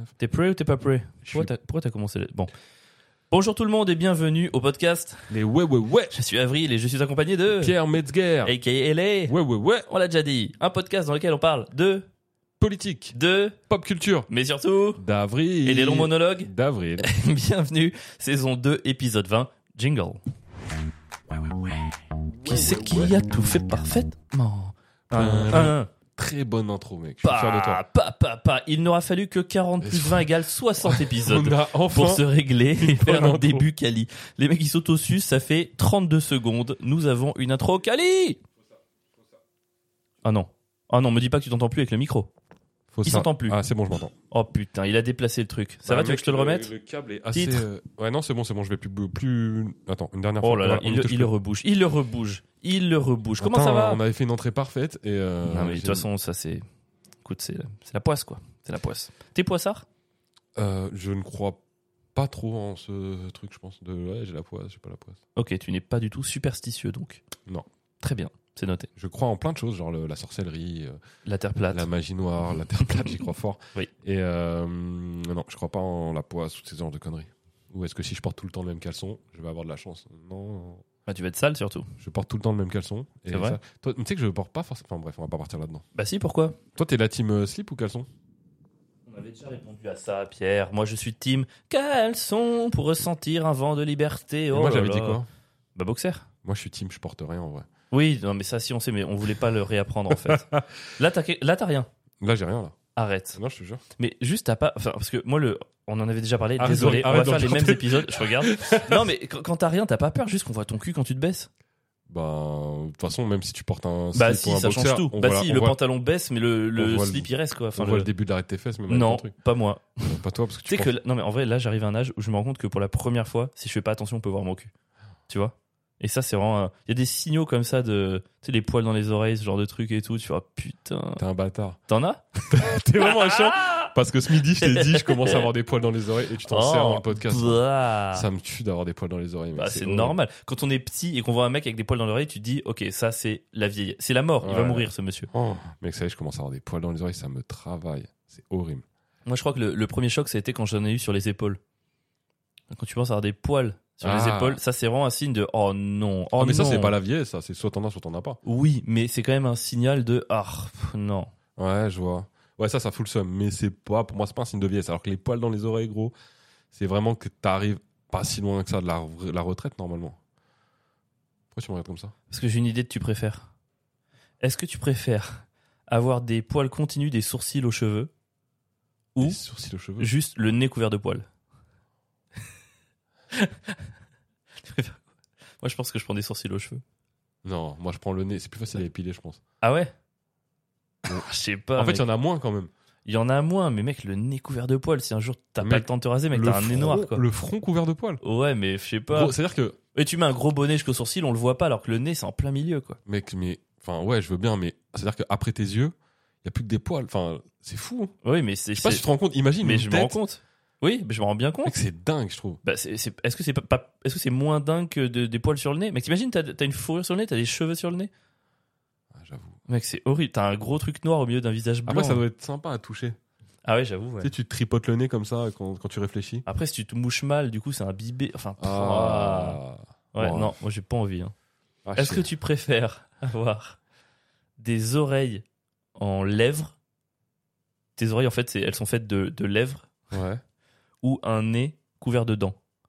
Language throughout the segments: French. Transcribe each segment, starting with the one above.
T'es prêt ou t'es pas prêt? Pourquoi t'as commencé là? Bon. Bonjour tout le monde et bienvenue au podcast. Les ouais. Je suis Avril et je suis accompagné de Pierre Metzger. A.K.A. LA. Ouais. On l'a déjà dit. Un podcast dans lequel on parle de Politique. de Pop culture. mais surtout D'Avril. et des longs monologues. D'Avril. Bienvenue, saison 2, épisode 20, jingle. Qui c'est qui a tout fait parfaitement? Très bonne intro, mec. Je suis fier de toi. Il n'aura fallu que 40 plus 20 égale 60 épisodes On a enfin pour se régler et faire un intro. début quali. Les mecs, ils s'autosucent, ça fait 32 secondes. Nous avons une intro quali. Ah non, me dis pas que tu t'entends plus avec le micro. Il s'entend plus. Ah, c'est bon, je m'entends. Oh putain, il a déplacé le truc. Ça va, tu veux que je te le remette? Le câble est assez... Titre. Ouais, non, c'est bon, je vais plus... Attends, une dernière fois. Oh là là, Voilà, il le rebouge. Comment ça va? On avait fait une entrée parfaite et... Non mais de toute façon, ça c'est... Écoute, c'est la poisse quoi. C'est la poisse. T'es poissard? Je ne crois pas trop en ce truc, je pense. Ouais, j'ai la poisse, j'ai pas la poisse. Ok, tu n'es pas du tout superstitieux donc. Non. Très bien, c'est noté. Je crois en plein de choses, genre la sorcellerie, La terre plate. la magie noire, la terre plate, j'y crois fort. Oui. Et non, je crois pas en la poisse, toutes ces genres de conneries. Ou est-ce que si je porte tout le temps le même caleçon, je vais avoir de la chance? Non. Bah, tu vas être sale surtout. Je porte tout le temps le même caleçon. Et C'est vrai ça... Toi, tu sais que je porte pas forcément... Enfin bref, on va pas partir là-dedans. Bah si, pourquoi? Toi, t'es la team slip ou caleçon? On avait déjà répondu à ça, Pierre. Moi, je suis team caleçon pour ressentir un vent de liberté. Et Oh moi, là j'avais là. dit quoi? Bah boxer. Moi, je suis team, je porte rien en vrai. Oui, non mais ça si on sait, mais on voulait pas le réapprendre en fait. Là, t'as rien. Là, j'ai rien là. Arrête. Non, je te jure. Mais juste t'as pas... Enfin, parce que moi, on en avait déjà parlé. Arrête Désolé, de- on va arrête faire de les mêmes regarder. épisodes. Je regarde. Non mais quand t'as rien, t'as pas peur juste qu'on voit ton cul quand tu te baisses? Bah, de toute façon, même si tu portes un slip Bah ou si, un ça boxer, change tout. on Bah voit- si, on le voit- pantalon baisse, mais le on voit slip il reste quoi. Enfin, on voit le début de l'arrêt de tes fesses, même avec Non, ton truc. pas moi. Pas toi, parce que Tu sais que non mais en vrai là j'arrive à un âge où je me rends compte que pour la première fois, si je fais pas attention, on peut voir mon cul. Tu vois? Et ça c'est vraiment il y a des signaux comme ça de tu sais les poils dans les oreilles, ce genre de truc et tout, tu vois putain. T'es un bâtard. T'en as? T'es vraiment un chien. Parce que ce midi, je t'ai dit, je commence à avoir des poils dans les oreilles et tu t'en sers dans le podcast. Bah. Ça me tue d'avoir des poils dans les oreilles. mec. Bah, c'est horrible. normal. Quand on est petit et qu'on voit un mec avec des poils dans l'oreille, tu te dis OK, ça c'est la vieille, c'est la mort, il va Ouais. mourir ce monsieur. Oh, mec, ça y est, je commence à avoir des poils dans les oreilles, ça me travaille. C'est horrible. Moi je crois que le premier choc ça a été quand j'en ai eu sur les épaules. Quand tu penses avoir des poils sur les Ah. épaules, ça c'est vraiment un signe de oh non. Oh, mais ça, non. c'est pas la vieillesse, ça. C'est soit t'en as, soit t'en as pas. Oui, mais c'est quand même un signal de non. Ouais, je vois. Ouais, ça fout le seum. Mais c'est pas, pour moi, c'est pas un signe de vieillesse. Alors que les poils dans les oreilles, gros, c'est vraiment que t'arrives pas si loin que ça de la retraite, normalement. Pourquoi tu me regardes comme ça? Parce que j'ai une idée de tu préfères. Est-ce que tu préfères avoir des poils continus des sourcils aux cheveux ou Les sourcils aux cheveux. juste le nez couvert de poils? Tu préfères quoi? Moi je pense que je prends des sourcils aux cheveux. Non, moi, je prends le nez. C'est plus facile à épiler, je pense. Ah ouais? Je sais pas. En fait, mec. il y en a moins quand même. Il y en a moins, mais mec, le nez couvert de poils, si un jour t'as pas Mec, le temps de te raser, mec, Le t'as un nez noir quoi. Le front couvert de poils. Ouais, mais je sais pas. Gros, c'est-à-dire que, Et tu mets un gros bonnet jusqu'aux sourcils, on le voit pas, alors que le nez c'est en plein milieu quoi. mec, mais, enfin, ouais, je veux bien, mais c'est-à-dire qu'après tes yeux, il y a plus que des poils. Enfin, c'est fou. Hein. Oui, mais c'est. Je sais pas si tu te rends compte. Imagine. Mais une je me tête. rends compte. Oui, mais je me rends bien compte. Mec, c'est dingue, je trouve. Bah, est-ce que c'est est-ce que c'est moins dingue que des poils sur le nez? Mec, t'imagines, t'as une fourrure sur le nez, t'as des cheveux sur le nez? Ah, j'avoue. Mec, c'est horrible. T'as un gros truc noir au milieu d'un visage blanc. Après, ça doit être sympa à toucher. Ah ouais, j'avoue. Ouais. Tu sais, tu te tripotes le nez comme ça quand tu réfléchis. Après, si tu te mouches mal, du coup, c'est un bibé. Enfin, Ah. ouais, Bon. non, moi j'ai pas envie. Hein. Ah, Est-ce que chier. tu préfères avoir des oreilles en lèvres? Tes oreilles, en fait, elles sont faites de lèvres Ouais. ou un nez couvert de dents?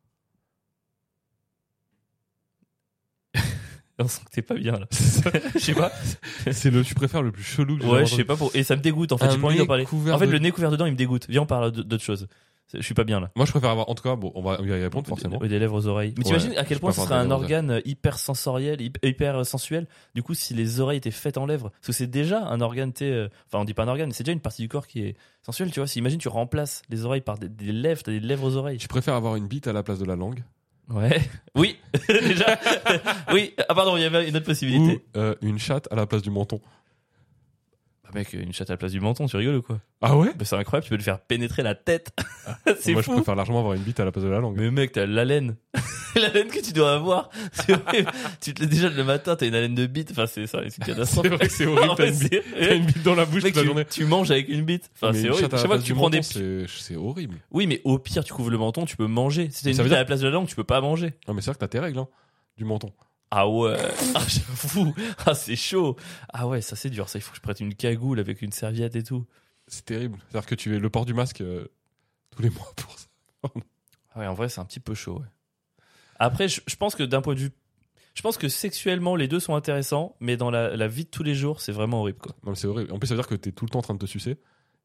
On sent que t'es pas bien là. Je sais pas. C'est tu préfères le plus chelou que j'ai Ouais, jamais je sais pas pour. Et ça me dégoûte en fait. Un J'ai pas envie d'en nez parler. couvert En fait, de- le nez couvert dedans, il me dégoûte. Viens, on parle d'autre chose. Je suis pas bien là. Moi, je préfère avoir. En tout cas, bon, on va y répondre forcément. Et des lèvres aux oreilles. Mais Ouais, t'imagines à quel je point ce préfère serait un des lèvres aux organe hyper sensoriel, hyper sensuel. Du coup, si les oreilles étaient faites en lèvres, parce que c'est déjà un organe, enfin, on dit pas un organe, mais c'est déjà une partie du corps qui est sensuelle, tu vois. Si imagine, tu remplaces les oreilles par des lèvres, t'as des lèvres aux oreilles. Je préfère avoir une bite à la place de la langue. Ouais. Oui. Déjà. Oui. Ah pardon, il y avait une autre possibilité. Ou une chatte à la place du menton. Bah mec, une chatte à la place du menton, tu rigoles ou quoi? Ah ouais? Bah c'est incroyable, tu peux le faire pénétrer la tête. C'est Moi, fou. je préfère largement avoir une bite à la place de la langue. Mais mec, t'as l'haleine. l'haleine que tu dois avoir. C'est horrible. Tu te lèves déjà le matin, t'as une haleine de bite. Enfin, c'est ça, c'est une catastrophe. C'est vrai que c'est horrible, En t'as vrai, t'as une bite dans la bouche Mec, toute la journée. tu manges avec une bite. Enfin, Mais c'est une horrible. chatte à la Chaque fois place que tu du prends des. menton, c'est horrible. Oui, mais au pire, tu couvres le menton, tu peux manger. Si t'as une Ça veut bite dire- à la place de la langue, tu peux pas manger. Non, mais c'est vrai que t'as tes règles, hein, du menton. Ah ouais. Ah, j'avoue. Ah, c'est chaud. Ah ouais, ça c'est dur. Ça, il faut que je prête une cagoule avec une serviette et tout. C'est terrible. C'est-à-dire que tu es le port du masque tous les mois pour ça. Ah ouais, en vrai, c'est un petit peu chaud. Ouais. Après, je pense que d'un point de vue. Je pense que sexuellement, les deux sont intéressants, mais dans la vie de tous les jours, c'est vraiment horrible, quoi. Non, mais c'est horrible. En plus, ça veut dire que t'es tout le temps en train de te sucer.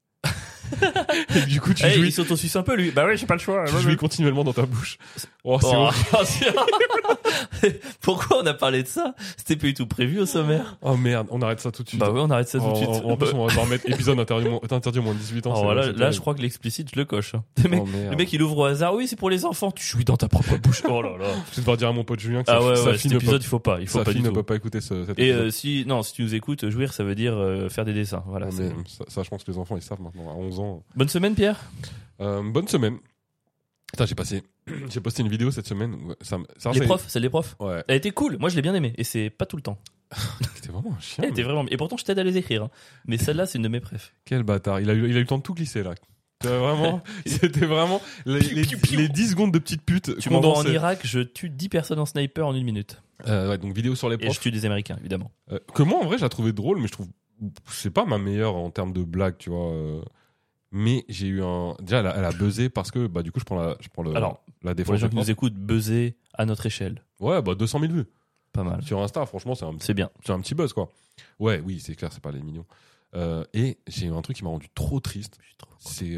Et du coup, tu Hey, jouis, il s'auto-suce un peu, lui. Bah ouais, j'ai pas le choix. tu jouis continuellement dans ta bouche. Oh, c'est Oh, horrible. pourquoi on a parlé de ça? C'était pas du tout prévu au sommaire. Oh merde, on arrête ça tout de suite. Bah ouais, on arrête ça tout de suite. En plus, on va devoir mettre épisode interdit au moins de 18 ans. Oh, c'est- voilà, c'est là, terrible. je crois que l'explicite, je le coche. Hein. Oh, merde. Le mec, il ouvre au hasard. Oui, c'est pour les enfants. Tu jouis dans ta propre bouche. Oh là là. Je vais devoir dire à mon pote Julien que Ah ouais, sa ouais, fille cet ne épisode, peut, il faut pas. Il faut sa pas fille du ne peut tout. pas écouter cet Et épisode. si tu nous écoutes, jouir, ça veut dire faire des dessins. Voilà. Non, c'est- mais ça, je pense que les enfants, ils savent maintenant, à 11 ans. Bonne semaine, Pierre. Bonne semaine. Putain, j'ai posté une vidéo cette semaine. Les profs, celle des profs. Ouais. Elle était cool. Moi, je l'ai bien aimée. Et c'est pas tout le temps. C'était vraiment un chien. Elle était vraiment. Et pourtant, je t'aide à les écrire. Hein. Mais celle-là, c'est une de mes préf. Quel bâtard. Il a eu le temps de tout glisser, là. Vraiment, c'était vraiment les 10 secondes de petite pute Tu m'envoies en condensées. Irak, je tue 10 personnes en sniper en 1 minute. Ouais, donc vidéo sur les Et je profs. tue des Américains, évidemment. Que moi, en vrai, je la trouvais drôle, mais je trouve, c'est pas ma meilleure en termes de blague, tu vois. Mais j'ai eu déjà, elle a buzzé parce que, bah, du coup, je prends la Alors, la Pour les défense. gens des qui nous profs. écoutent, buzzer à notre échelle. Ouais, bah, 200 000 vues. Pas mal. Sur Insta, franchement, C'est bien. c'est un petit buzz, quoi. Ouais, oui, c'est clair, c'est pas les millions. Et j'ai eu un truc qui m'a rendu trop triste. C'est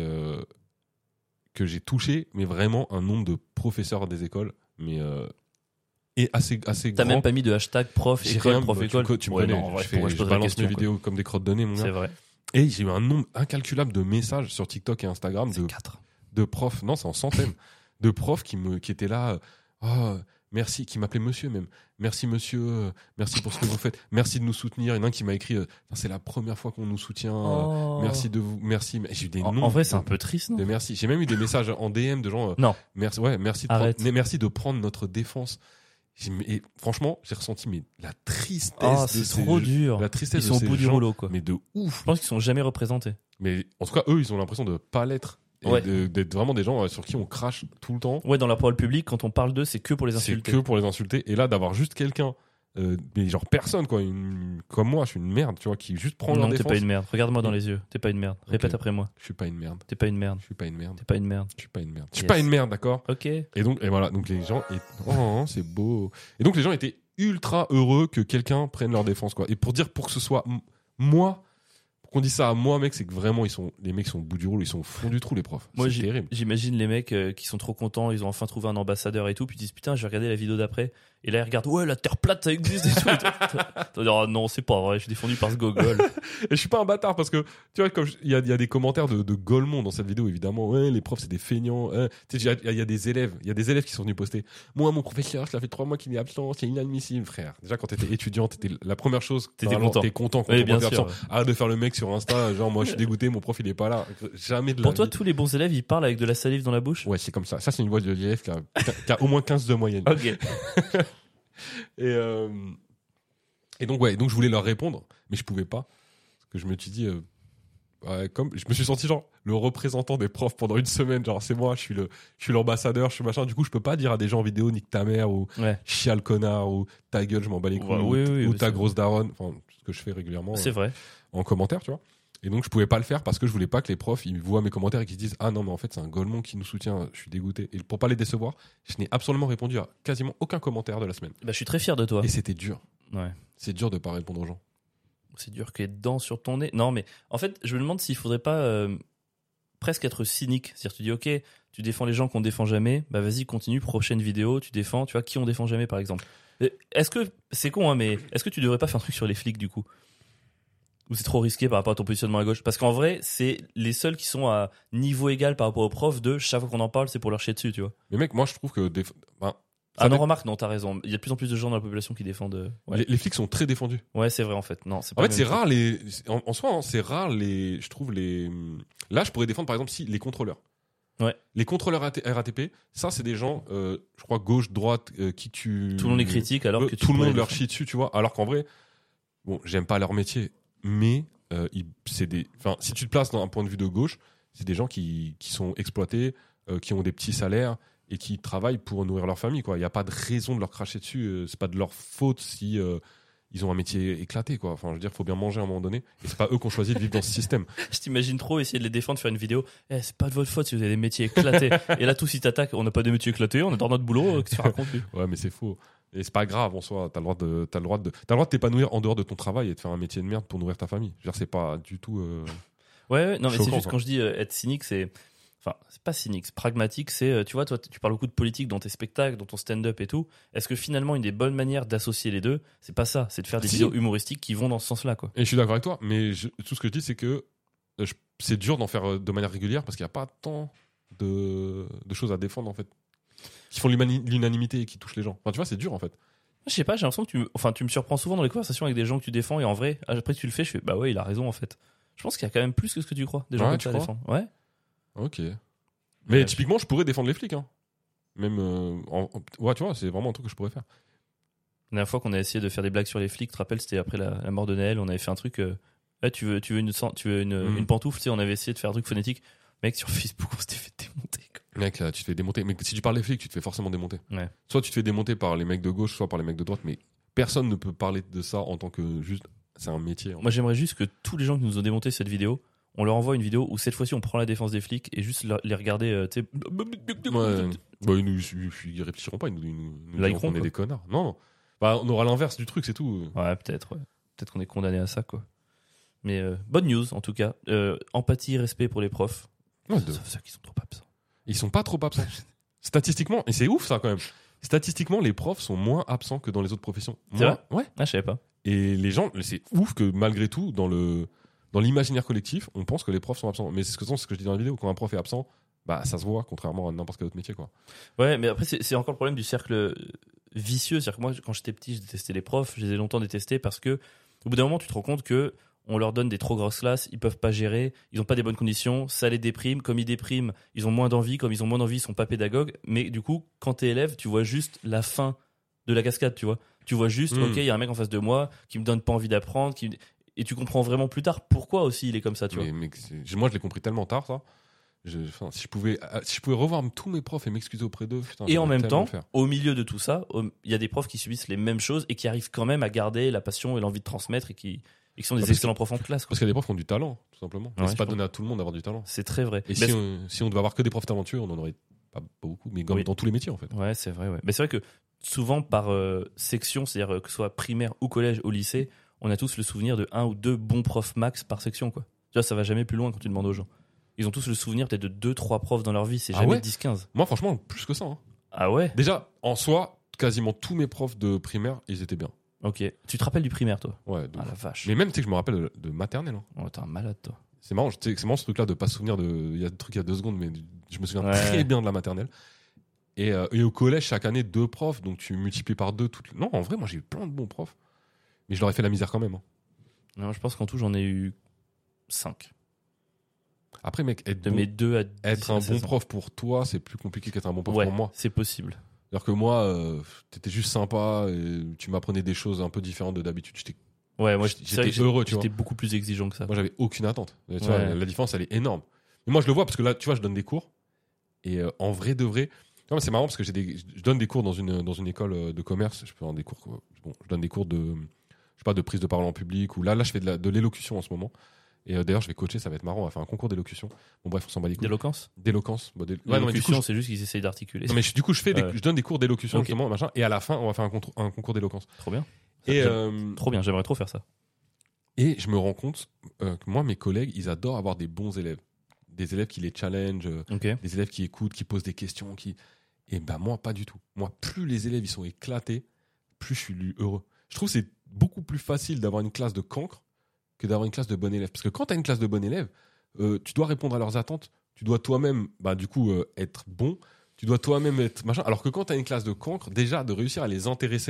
que j'ai touché, mais vraiment, un nombre de professeurs des écoles, mais et assez T'as grand. même pas mis de hashtag prof, J'ai école, rien, prof, bah, école. tu me Ouais, connais, non, en vrai, je pourquoi je pose la balance question, mes quoi. vidéos comme des crottes de nez, mon gars. C'est vrai. Et j'ai eu un nombre incalculable de messages sur TikTok et Instagram C'est 4. de profs, non, c'est en centaines, de profs qui étaient là, oh, merci, qui m'appelaient monsieur même. Merci monsieur, merci pour ce que vous faites. Merci de nous soutenir. Il y en a un qui m'a écrit, c'est la première fois qu'on nous soutient. Merci de vous, merci. J'ai eu des noms. En vrai, c'est un peu triste, non? de merci. J'ai même eu des messages en DM de gens. Non. Merci, ouais, merci Arrête. merci de prendre notre défense. Et franchement, j'ai ressenti la tristesse. Ah, de c'est ces trop gens- dur. La tristesse Ils de sont au ces bout du gens, rouleau, quoi. mais de ouf. Je pense qu'ils sont jamais représentés. Mais en tout cas, eux, ils ont l'impression de pas l'être. Et Ouais. d'être vraiment des gens sur qui on crache tout le temps. Ouais, dans la parole publique, quand on parle d'eux, c'est que pour les C'est insulter. que pour les insulter. Et là, d'avoir juste quelqu'un, mais genre personne, quoi, comme moi, je suis une merde, tu vois, qui juste prend leur Non, t'es défense. pas une merde. Regarde-moi dans les yeux. T'es pas une merde. Répète Ok. après moi. Je suis pas une merde. T'es pas une merde. Je suis pas une merde. T'es pas une merde. Je suis pas une merde. Je Yes. suis pas une merde, d'accord. Ok. Et voilà, donc les gens, oh, c'est beau. Et donc les gens étaient ultra heureux que quelqu'un prenne leur défense, quoi. Et pour que ce soit moi, pour qu'on dise ça à moi, mec, c'est que vraiment les mecs sont au bout du rouleau, ils sont au fond du trou, les profs. Moi, C'est terrible. j'imagine les mecs qui sont trop contents, ils ont enfin trouvé un ambassadeur et tout, puis ils disent putain, j'ai regardé la vidéo d'après, et là ils regardent, ouais, la terre plate ça existe et tout. T'vas dire, ah, non, c'est pas vrai, je suis défendu par ce gogol. Et je suis pas un bâtard parce que tu vois, comme il y a des commentaires de Golemont dans cette vidéo, évidemment. Ouais, les profs c'est des feignants. Tu sais, il y a des élèves qui sont venus poster. Moi, mon professeur, ça fait 3 mois qu'il est absent, c'est inadmissible, frère. Déjà quand t'étais étudiant, la première chose, T'étais normalement, content. T'es content quand Oui, ton bien prof est sûr. absent. Arrête de faire le mec sur Insta, genre moi je suis dégoûté, mon prof il est pas là. Jamais de la Pour toi, vie. tous les bons élèves, ils parlent avec de la salive dans la bouche. Ouais, c'est comme ça. Ça c'est une voix de l'élève qui a au moins 15 de moyenne. Ok. Et donc ouais, donc je voulais leur répondre, mais je pouvais pas parce que je me suis dit ouais, comme je me suis senti genre le représentant des profs pendant une semaine, genre c'est moi, je suis l'ambassadeur, je suis machin, du coup je peux pas dire à des gens en vidéo nique ta mère ou Ouais. chiale connard ou ta gueule, je m'en bats les couilles Ouais, oui, ou oui, ta c'est- grosse daronne, enfin ce que je fais régulièrement C'est vrai. en commentaire, tu vois. Et donc je pouvais pas le faire parce que je voulais pas que les profs ils voient mes commentaires et qu'ils se disent ah non mais en fait c'est un Golemont qui nous soutient, je suis dégoûté. Et pour pas les décevoir, je n'ai absolument répondu à quasiment aucun commentaire de la semaine. Bah, je suis très fier de toi. Et c'était dur. Ouais. C'est dur de pas répondre aux gens. C'est dur qu'il y ait dents sur ton nez. Non, mais en fait, je me demande s'il faudrait pas presque être cynique. C'est-à-dire, tu dis, ok, tu défends les gens qu'on défend jamais, bah vas-y, continue, prochaine vidéo, tu défends, tu vois, qui on défend jamais, par exemple. Est-ce que, c'est con, hein, mais est-ce que tu devrais pas faire un truc sur les flics, du coup? Ou c'est trop risqué par rapport à ton positionnement à gauche? Parce qu'en vrai, c'est les seuls qui sont à niveau égal par rapport aux profs de chaque fois qu'on en parle, c'est pour leur chier dessus, tu vois. Mais mec, moi je trouve que Ah non, dé- remarque, non, t'as raison. Il y a de plus en plus de gens dans la population qui défendent. Ouais, les flics sont très défendus. ouais, c'est vrai, en fait. Non, c'est pas En le fait, c'est même rare en soi, hein, c'est rare je trouve Là, je pourrais défendre par exemple si les contrôleurs. Ouais. Les contrôleurs RATP, ça, c'est des gens, je crois, gauche, droite, qui tu. Tout le monde les critique alors que tu tout le pourrais monde les leur défendre. chie dessus, tu vois. Alors qu'en vrai, bon, j'aime pas leur métier, mais c'est des. Enfin, si tu te places dans un point de vue de gauche, c'est des gens qui sont exploités, qui ont des petits salaires et qui travaillent pour nourrir leur famille, quoi. Il n'y a pas de raison de leur cracher dessus. C'est pas de leur faute si ils ont un métier éclaté, quoi. Enfin, je veux dire, faut bien manger à un moment donné. Et c'est pas eux qui ont choisi de vivre dans ce système. Je t'imagine trop essayer de les défendre, faire une vidéo. C'est pas de votre faute si vous avez des métiers éclatés. Et là, tous ils t'attaquent. On n'a pas des métiers éclatés, on est dans notre boulot. Qu'est-ce que tu racontes, lui? Ouais, mais c'est faux. Et c'est pas grave en soi. T'as le droit de t'épanouir en dehors de ton travail et de faire un métier de merde pour nourrir ta famille. Je veux dire, c'est pas du tout. Ouais, non, mais Choquant, c'est juste quoi. quand je dis être cynique, enfin, c'est pas cynique, c'est pragmatique, c'est, tu vois, toi, tu parles beaucoup de politique dans tes spectacles, dans ton stand-up et tout. Est-ce que finalement, une des bonnes manières d'associer les deux, c'est pas ça, c'est de faire des Si. vidéos humoristiques qui vont dans ce sens-là, quoi. Et je suis d'accord avec toi, mais tout ce que je dis, c'est que c'est dur d'en faire de manière régulière parce qu'il n'y a pas tant de choses à défendre, en fait, qui font l'unanimité et qui touchent les gens. Enfin, tu vois, c'est dur, en fait. Je sais pas, j'ai l'impression que tu me surprends souvent dans les conversations avec des gens que tu défends et en vrai, après que tu le fais, je fais, bah ouais, il a raison, en fait. Je pense qu'il y a quand même plus que ce que tu crois, des gens Ouais, comme tu ça à crois défendre. Ouais. Ok. Mais Ouais, typiquement, je pourrais défendre les flics, hein. Même. Ouais, tu vois, c'est vraiment un truc que je pourrais faire. La dernière fois qu'on a essayé de faire des blagues sur les flics, tu te rappelles, c'était après la mort de Naël, on avait fait un truc. Tu veux une pantoufle, tu sais, on avait essayé de faire un truc phonétique. Mec, sur Facebook, on s'était fait démonter, quoi. Mec, là, tu te fais démonter. Mais si tu parles des flics, tu te fais forcément démonter. Ouais. Soit tu te fais démonter par les mecs de gauche, soit par les mecs de droite, mais personne ne peut parler de ça en tant que juste. C'est un métier. Moi, j'aimerais juste que tous les gens qui nous ont démonté cette vidéo, on leur envoie une vidéo où cette fois-ci on prend la défense des flics et juste les regarder, tu sais. Ouais. Bah, ils réfléchiront pas, ils nous diront qu'on est quoi. des connards. Non. Bah, on aura l'inverse du truc, c'est tout. Ouais, peut-être. Ouais. Peut-être qu'on est condamné à ça, quoi. Mais bonne news, en tout cas. Empathie, respect pour les profs. Ouais, Sauf ceux qui sont trop absents. Ils sont pas trop absents. Statistiquement, et c'est ouf ça quand même. Statistiquement, les profs sont moins absents que dans les autres professions. C'est vrai Ouais. Ah, je savais pas. Et les gens, c'est ouf que malgré tout, dans l'imaginaire collectif, on pense que les profs sont absents. Mais c'est ce que je dis dans la vidéo. Quand un prof est absent, bah ça se voit, contrairement à n'importe quel autre métier, quoi. Ouais, mais après, c'est encore le problème du cercle vicieux. C'est-à-dire que moi, quand j'étais petit, je détestais les profs. Je les ai longtemps détestés parce que, au bout d'un moment, tu te rends compte que on leur donne des trop grosses classes, ils peuvent pas gérer, ils ont pas des bonnes conditions, ça les déprime. Comme ils dépriment, ils ont moins d'envie. Comme ils ont moins d'envie, ils sont pas pédagogues. Mais du coup, quand t'es élève, tu vois juste la fin de la cascade, tu vois. Tu vois juste, ok, il y a un mec en face de moi qui me donne pas envie d'apprendre, et tu comprends vraiment plus tard pourquoi aussi il est comme ça, tu vois. Mais moi, je l'ai compris tellement tard, ça. Si je pouvais revoir tous mes profs et m'excuser auprès d'eux, putain, Et en j'aimerais même tellement temps, le faire. au milieu de tout ça, il y a des profs qui subissent les mêmes choses et qui arrivent quand même à garder la passion et l'envie de transmettre et qui sont des Parce excellents profs en classe, quoi. Parce qu'il y a des profs qui ont du talent, tout simplement. Ouais, Et c'est je pas pense. donné à tout le monde d'avoir du talent. C'est très vrai. Et Mais si on devait avoir que des profs talentueux, on en aurait pas beaucoup, mais comme Oui. dans tous les métiers, en fait. ouais, c'est vrai. Ouais. Mais c'est vrai que souvent par section, c'est-à-dire que ce soit primaire ou collège ou lycée, on a tous le souvenir de un ou deux bons profs max par section, quoi. Tu vois, ça va jamais plus loin quand tu demandes aux gens. Ils ont tous le souvenir peut-être de 2-3 profs dans leur vie, c'est Ah jamais ouais 10-15. Moi, franchement, plus que ça, hein. Ah ouais. Déjà, en soi, quasiment tous mes profs de primaire, ils étaient bien. Ok. Tu te rappelles du primaire, toi? Ouais. Ah la vache. Mais même, tu sais que je me rappelle de maternelle, hein. Oh, t'es un malade, toi. C'est marrant, c'est marrant ce truc-là de pas se souvenir de. Il y a des trucs il y a 2 secondes, mais je me souviens Ouais. très bien de la maternelle. Et au collège, chaque année, 2 profs, donc tu multiplies par 2 toutes. Non, en vrai, moi j'ai eu plein de bons profs. Mais je leur ai fait la misère quand même, hein. Non, je pense qu'en tout, j'en ai eu 5. Après, mec, De mes 2 à 10 être à un 16 bon ans. prof pour toi, c'est plus compliqué qu'être un bon prof Ouais, pour moi. c'est possible. C'est-à-dire que moi, t'étais juste sympa et tu m'apprenais des choses un peu différentes de d'habitude. Ouais, moi, J'étais c'est vrai que heureux, tu vois. J'étais beaucoup plus exigeant que ça. Moi, j'avais aucune attente. Tu vois, Ouais. la différence, elle est énorme. Mais moi, je le vois parce que là, tu vois, je donne des cours. Et en vrai de vrai, non, mais c'est marrant parce que je donne des cours dans une école de commerce. Je peux avoir des cours. Bon, je donne des cours de, je sais pas, de prise de parole en public. Ou là, je fais de l'élocution en ce moment. Et d'ailleurs, je vais coacher. Ça va être marrant. On va faire un concours d'élocution. Bon, bref, on s'en bat les couilles. D'éloquence. D'éloquence. Bon, ouais, non, mais du coup, L'élocution, c'est juste qu'ils essayent d'articuler. non, mais du coup, je donne des cours d'élocution Ok. justement, machin. Et à la fin, on va faire un concours d'éloquence. Trop bien. Et Trop bien, j'aimerais trop faire ça. Et je me rends compte que moi, mes collègues, ils adorent avoir des bons élèves. Des élèves qui les challenge, Ok. des élèves qui écoutent, qui posent des questions. Et ben moi, pas du tout. Moi, plus les élèves ils sont éclatés, plus je suis heureux. Je trouve que c'est beaucoup plus facile d'avoir une classe de cancre que d'avoir une classe de bon élève. Parce que quand tu as une classe de bon élève, tu dois répondre à leurs attentes. Tu dois toi-même, du coup, être bon. Tu dois toi-même être machin. Alors que quand tu as une classe de cancre, déjà, de réussir à les intéresser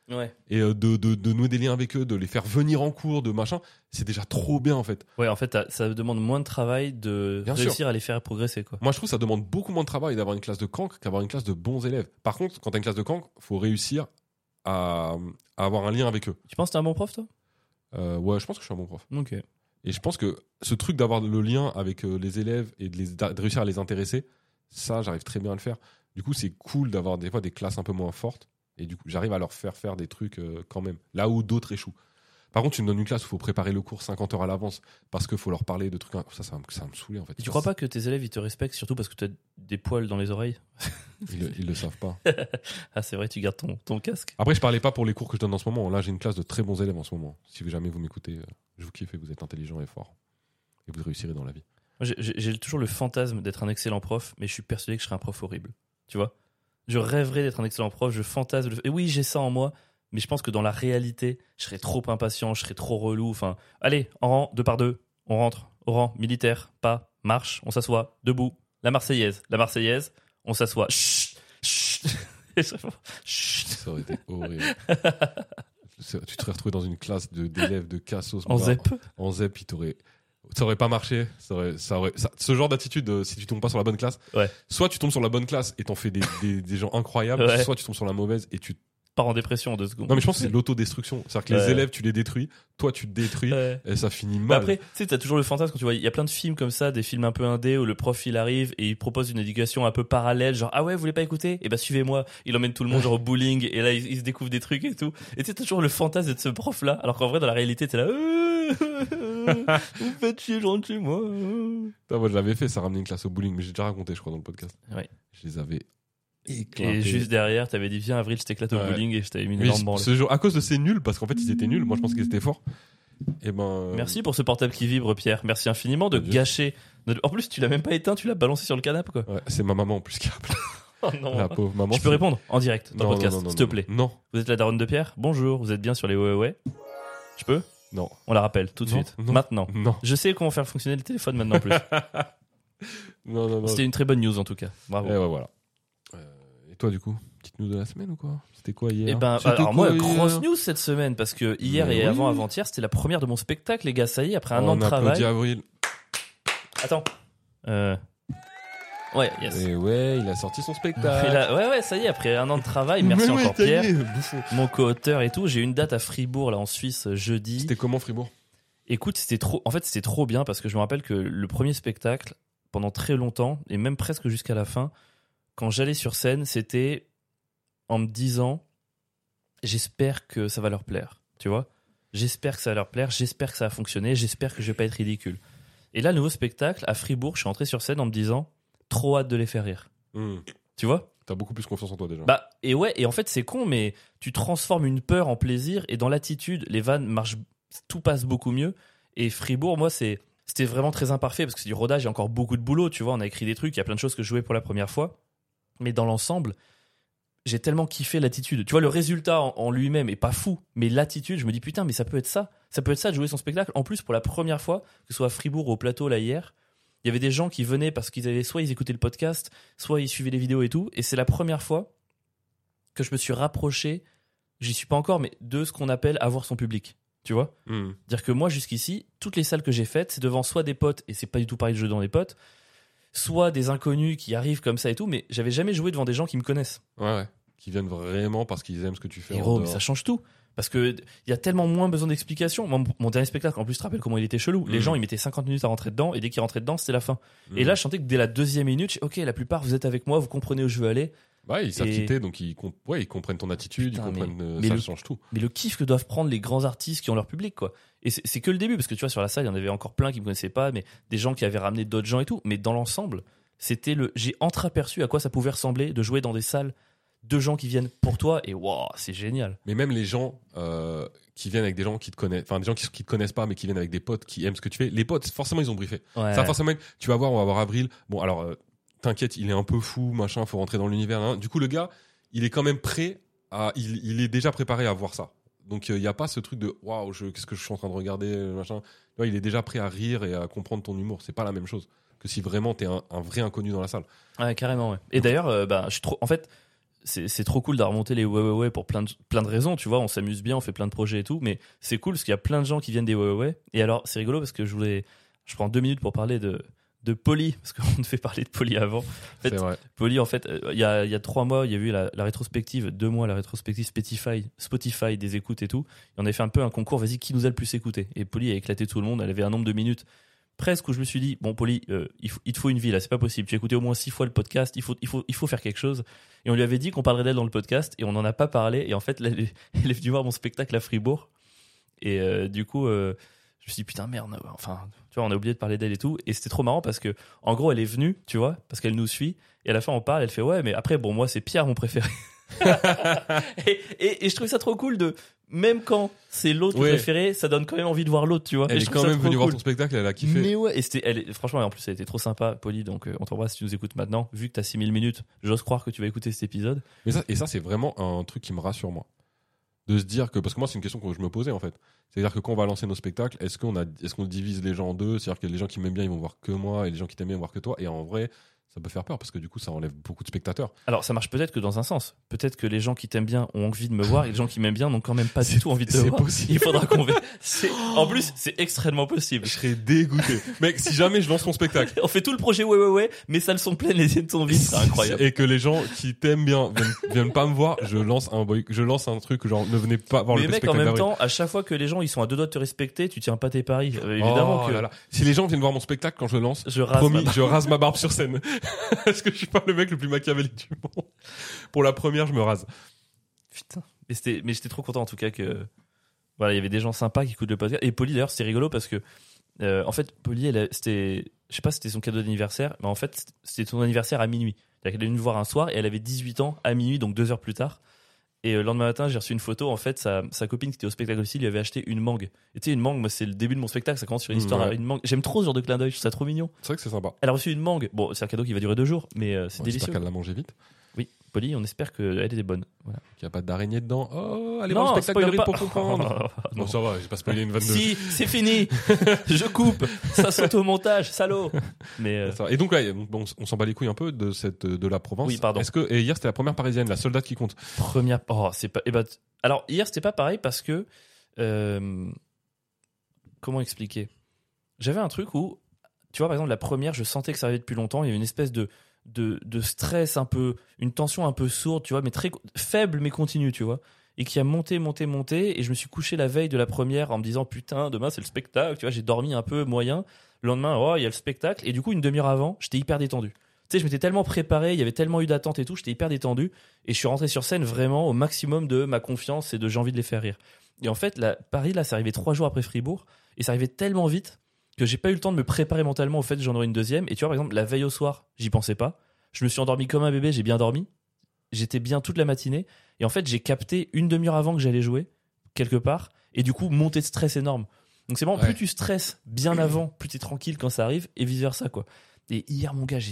Ouais. et de nouer des liens avec eux, de les faire venir en cours, de machin, c'est déjà trop bien en fait. Ouais, en fait, ça demande moins de travail de Bien réussir à les faire progresser, quoi. Moi je trouve que ça demande beaucoup moins de travail d'avoir une classe de cancre qu'avoir une classe de bons élèves. Par contre, quand t'as une classe de cancre, faut réussir à avoir un lien avec eux. Tu penses que t'es un bon prof, toi? Ouais, je pense que je suis un bon prof. Ok. Et je pense que ce truc d'avoir le lien avec les élèves et de réussir à les intéresser, ça, j'arrive très bien à le faire. Du coup, c'est cool d'avoir des fois des classes un peu moins fortes. Et du coup, j'arrive à leur faire des trucs quand même. Là où d'autres échouent. Par contre, tu me donnes une classe où il faut préparer le cours 50 heures à l'avance parce qu'il faut leur parler de trucs. Ça va me saouler en fait. Et tu crois pas que tes élèves, ils te respectent surtout parce que tu as des poils dans les oreilles? Ils le savent pas. Ah, c'est vrai, tu gardes ton casque. Après, je parlais pas pour les cours que je donne en ce moment. Là, j'ai une classe de très bons élèves en ce moment. Si jamais vous m'écoutez, je vous kiffe et vous êtes intelligent et fort. Et vous réussirez dans la vie. Moi, j'ai toujours le fantasme d'être un excellent prof, mais je suis persuadé que je serai un prof horrible. Tu vois? Je rêverais d'être un excellent prof, je fantasme. Et oui, j'ai ça en moi, mais je pense que dans la réalité, je serais trop impatient, je serais trop relou. Enfin, allez, en rang, 2 par 2, on rentre. Au rang, militaire, pas, marche, on s'assoit, debout. La Marseillaise, on s'assoit. Chut, chut. Chut. Ça aurait été horrible. Tu te serais retrouvé dans une classe d'élèves de cassos. En ZEP. En ZEP, ça aurait pas marché. Ce genre d'attitude, si tu tombes pas sur la bonne classe, Ouais. soit tu tombes sur la bonne classe et t'en fais des gens incroyables, Ouais. soit tu tombes sur la mauvaise et tu. Pars en dépression en 2 secondes. Non, mais je pense que c'est l'autodestruction. C'est-à-dire que les Ouais. élèves, tu les détruis, toi, tu te détruis, Ouais. et ça finit Mais mal. après, tu sais, t'as toujours le fantasme quand tu vois, il y a plein de films comme ça, des films un peu indés où le prof il arrive et il propose une éducation un peu parallèle, genre ah ouais, vous voulez pas écouter? Eh ben suivez-moi. Il emmène tout le monde genre au bowling et là il se découvre des trucs et tout. Et tu sais, t'as toujours le fantasme d'être ce prof là, alors qu'en vrai dans la réalité t'es là, vous faites chier, je rentre chez moi. Putain, moi, je l'avais fait, ça ramenait une classe au bowling, mais j'ai déjà raconté, je crois, dans le podcast. Ouais. Je les avais éclatés. Et juste derrière, t'avais dit viens Avril, je t'éclate au Ouais. bowling et je t'avais mis une Mais énorme branle. ce jour, à cause de ces nuls, parce qu'en fait, ils étaient nuls, moi, je pense qu'ils étaient forts. Et ben. Merci pour ce portable qui vibre, Pierre. Merci infiniment de Adieu. gâcher. En plus, tu l'as même pas éteint, tu l'as balancé sur le canapé, quoi. Ouais, c'est ma maman en plus qui a appelé. Oh non. La pauvre maman. Je peux répondre en direct dans le Non, podcast, non, non, s'il te non, plaît. Non, Vous êtes la daronne de Pierre? Bonjour, vous êtes bien sur les ouais. Je peux? non, On la rappelle tout de Non, suite. non. Maintenant. non, Je sais comment faire fonctionner le téléphone maintenant en plus. non. C'était une très bonne news en tout cas. Bravo. Et ouais, voilà. Et toi, du coup, petite news de la semaine ou quoi? C'était quoi hier? Eh ben, C'était alors quoi moi, grosse hier news cette semaine parce que hier Mais et oui. avant-hier, c'était la première de mon spectacle, les gars. Ça y est, après un On an de applaudit travail. Avril. Attends. Ouais, yes. Et ouais, il a sorti son Et spectacle. là, ouais, ça y est, après un an de travail, merci Mais ouais, encore ça y Pierre, est, bouffon. mon co-auteur et tout. J'ai eu une date à Fribourg, là, en Suisse, jeudi. C'était comment Fribourg? Écoute, c'était trop bien parce que je me rappelle que le premier spectacle, pendant très longtemps, et même presque jusqu'à la fin, quand j'allais sur scène, c'était en me disant, j'espère que ça va leur plaire, tu vois. J'espère que ça va leur plaire, j'espère que ça va fonctionner, j'espère que je vais pas être ridicule. Et là, le nouveau spectacle, à Fribourg, je suis rentré sur scène en me disant, trop hâte de les faire rire. Tu vois? T'as beaucoup plus confiance en toi déjà. Bah, et ouais, et en fait, c'est con, mais tu transformes une peur en plaisir, et dans l'attitude, les vannes marchent, tout passe beaucoup mieux. Et Fribourg, moi, c'était vraiment très imparfait, parce que c'est du rodage, il y a encore beaucoup de boulot, tu vois, on a écrit des trucs, il y a plein de choses que je jouais pour la première fois. Mais dans l'ensemble, j'ai tellement kiffé l'attitude. Tu vois, le résultat en lui-même est pas fou, mais l'attitude, je me dis, putain, mais ça peut être ça. Ça peut être ça de jouer son spectacle. En plus, pour la première fois, que ce soit à Fribourg ou au plateau, là, hier, il y avait des gens qui venaient parce soit ils écoutaient le podcast, soit ils suivaient les vidéos et tout. Et c'est la première fois que je me suis rapproché, j'y suis pas encore, mais de ce qu'on appelle avoir son public. Tu vois? Dire que moi, jusqu'ici, toutes les salles que j'ai faites, c'est devant soit des potes, et c'est pas du tout pareil de jouer devant des potes, soit des inconnus qui arrivent comme ça et tout, mais j'avais jamais joué devant des gens qui me connaissent. Ouais. Qui viennent vraiment parce qu'ils aiment ce que tu fais. Héros, mais ça change tout. Parce que il y a tellement moins besoin d'explications. Mon dernier spectacle, en plus, tu te rappelles comment il était chelou. Les gens, ils mettaient 50 minutes à rentrer dedans, et dès qu'ils rentraient dedans, c'était la fin. Et là, je sentais que dès la deuxième minute, ok, la plupart, vous êtes avec moi, vous comprenez où je veux aller. Ouais, ils savent Et- quitter, donc ils comprennent ton attitude, Putain, ils comprennent. mais Ça le- change tout. Mais le kiff que doivent prendre les grands artistes qui ont leur public, quoi. Et c'est que le début, parce que tu vois, sur la salle, il y en avait encore plein qui me connaissaient pas, mais des gens qui avaient ramené d'autres gens et tout. Mais dans l'ensemble, j'ai entreaperçu à quoi ça pouvait ressembler de jouer dans des salles de gens qui viennent pour toi, et waouh, c'est génial. Mais même les gens qui viennent avec des gens qui te connaissent, enfin des gens qui te connaissent pas, mais qui viennent avec des potes qui aiment ce que tu fais. Les potes, forcément, ils ont briefé. Ouais. Ça, forcément, tu vas voir, on va voir Avril. Bon, alors, t'inquiète, il est un peu fou, machin, faut rentrer dans l'univers. Hein. Du coup, le gars, il est quand même prêt il est déjà préparé à voir ça. Donc, il n'y a pas ce truc de waouh, qu'est-ce que je suis en train de regarder, machin. Là, il est déjà prêt à rire et à comprendre ton humour. C'est pas la même chose que si vraiment t'es un vrai inconnu dans la salle. Ouais, carrément, ouais. Et d'ailleurs, je suis trop. En fait, c'est trop cool de remonter les ouais pour plein de raisons, tu vois, on s'amuse bien, on fait plein de projets et tout, mais c'est cool parce qu'il y a plein de gens qui viennent des ouais. Et alors, c'est rigolo parce que je prends 2 minutes pour parler de Poli, parce qu'on devait parler de Poli avant. En fait, C'est vrai. Poli, en fait, il y a 3 mois, il y a eu la rétrospective, 2 mois, la rétrospective Spotify des écoutes et tout. Et on avait fait un peu un concours, vas-y, qui nous a le plus écouté. Et Poli a éclaté tout le monde, elle avait un nombre de minutes presque où je me suis dit, bon, Poli, il te faut une vie là, c'est pas possible. Tu as écouté au moins 6 fois le podcast, il faut faire quelque chose. Et on lui avait dit qu'on parlerait d'elle dans le podcast, et on n'en a pas parlé. Et en fait, là, elle est venue voir mon spectacle à Fribourg. Et du coup, je me suis dit, putain, merde, enfin, tu vois, on a oublié de parler d'elle et tout. Et c'était trop marrant parce que, en gros, elle est venue, tu vois, parce qu'elle nous suit. Et à la fin, on parle, elle fait, ouais, mais après, bon, moi, c'est Pierre, mon préféré. et je trouve ça trop cool même quand c'est l'autre préféré, ça donne quand même envie de voir l'autre, tu vois. Elle est quand même venue voir ton spectacle, elle a kiffé. Mais ouais, et franchement, en plus, elle était trop sympa, Poli, donc on t'embrasse si tu nous écoutes maintenant. Vu que t'as 6000 minutes, j'ose croire que tu vas écouter cet épisode. Mais ça, c'est vraiment un truc qui me rassure, moi. De se dire que, parce que moi, c'est une question que je me posais, en fait. C'est-à-dire que quand on va lancer nos spectacles, est-ce qu'on divise les gens en deux? C'est-à-dire que les gens qui m'aiment bien, ils vont voir que moi, et les gens qui t'aiment bien, ils vont voir que toi. Et en vrai, ça peut faire peur parce que du coup, ça enlève beaucoup de spectateurs. Alors, ça marche peut-être que dans un sens. Peut-être que les gens qui t'aiment bien ont envie de me voir et les gens qui m'aiment bien n'ont quand même pas du tout envie de te voir. Possible. Il faudra qu'on En plus, c'est extrêmement possible. Je serais dégoûté. Mec, si jamais je lance mon spectacle. On fait tout le projet ouais, mais salles sont pleines, les tiennes sont vides, c'est incroyable. Et que les gens qui t'aiment bien viennent pas me voir, je lance un truc genre ne venez pas voir mais le mec, spectacle. Mais mec, en même temps, à chaque fois que les gens ils sont à 2 doigts de te respecter, tu tiens pas tes paris. Évidemment que. Là. Si les gens viennent voir mon spectacle quand je lance, je rase ma barbe sur scène. Parce que je suis pas le mec le plus machiavélique du monde. Pour la première, je me rase. Putain. Mais j'étais trop content en tout cas que voilà, il y avait des gens sympas qui écoutent le podcast. Et Poli d'ailleurs, c'était rigolo parce que en fait, Poli, c'était, je sais pas, si c'était son cadeau d'anniversaire, mais en fait, c'était son anniversaire à minuit. C'est-à-dire qu'elle est venue me voir un soir et elle avait 18 ans à minuit, donc 2 heures plus tard. Et le lendemain matin, j'ai reçu une photo. En fait, sa copine qui était au spectacle aussi lui avait acheté une mangue. Et tu sais, une mangue, moi, c'est le début de mon spectacle. Ça commence sur une histoire à une mangue. J'aime trop ce genre de clin d'œil. Je trouve ça trop mignon. C'est vrai que c'est sympa. Elle a reçu une mangue. Bon, c'est un cadeau qui va durer 2 jours, mais c'est délicieux. J'espère qu'elle l'a mangé vite. Oui, Poli, on espère qu'elle était bonne. Voilà. Qu'il n'y a pas d'araignée dedans. Oh, allez voir le spectacle d'Avril pour comprendre. Non, ça va, j'ai pas spoilé une 22. Si, c'est fini. Je coupe. Ça saute au montage, salaud. Mais Et donc, là, on s'en bat les couilles un peu de la province. Oui, pardon. Et hier, c'était la première parisienne, la seule date qui compte. Première. Oh, c'est pas. Alors, hier, c'était pas pareil parce que. Comment expliquer? J'avais un truc où, tu vois, par exemple, la première, je sentais que ça arrivait depuis longtemps. Il y avait une espèce de stress un peu, une tension un peu sourde, tu vois, mais très faible mais continue, tu vois, et qui a monté, et je me suis couché la veille de la première en me disant putain, demain c'est le spectacle, tu vois, j'ai dormi un peu moyen, le lendemain, oh, il y a le spectacle, et du coup, une demi-heure avant, j'étais hyper détendu. Tu sais, je m'étais tellement préparé, il y avait tellement eu d'attentes et tout, j'étais hyper détendu, et je suis rentré sur scène vraiment au maximum de ma confiance et de j'ai envie de les faire rire. Et en fait, Paris, là, c'est arrivé 3 jours après Fribourg, et ça arrivait tellement vite que j'ai pas eu le temps de me préparer mentalement au fait que j'en aurais une deuxième. Et tu vois, par exemple, la veille au soir, j'y pensais pas. Je me suis endormi comme un bébé, j'ai bien dormi. J'étais bien toute la matinée. Et en fait, j'ai capté une demi-heure avant que j'allais jouer, quelque part. Et du coup, montée de stress énorme. Donc c'est vraiment, plus tu stresses bien avant, plus t'es tranquille quand ça arrive, et vice versa, quoi. Et hier, mon gars,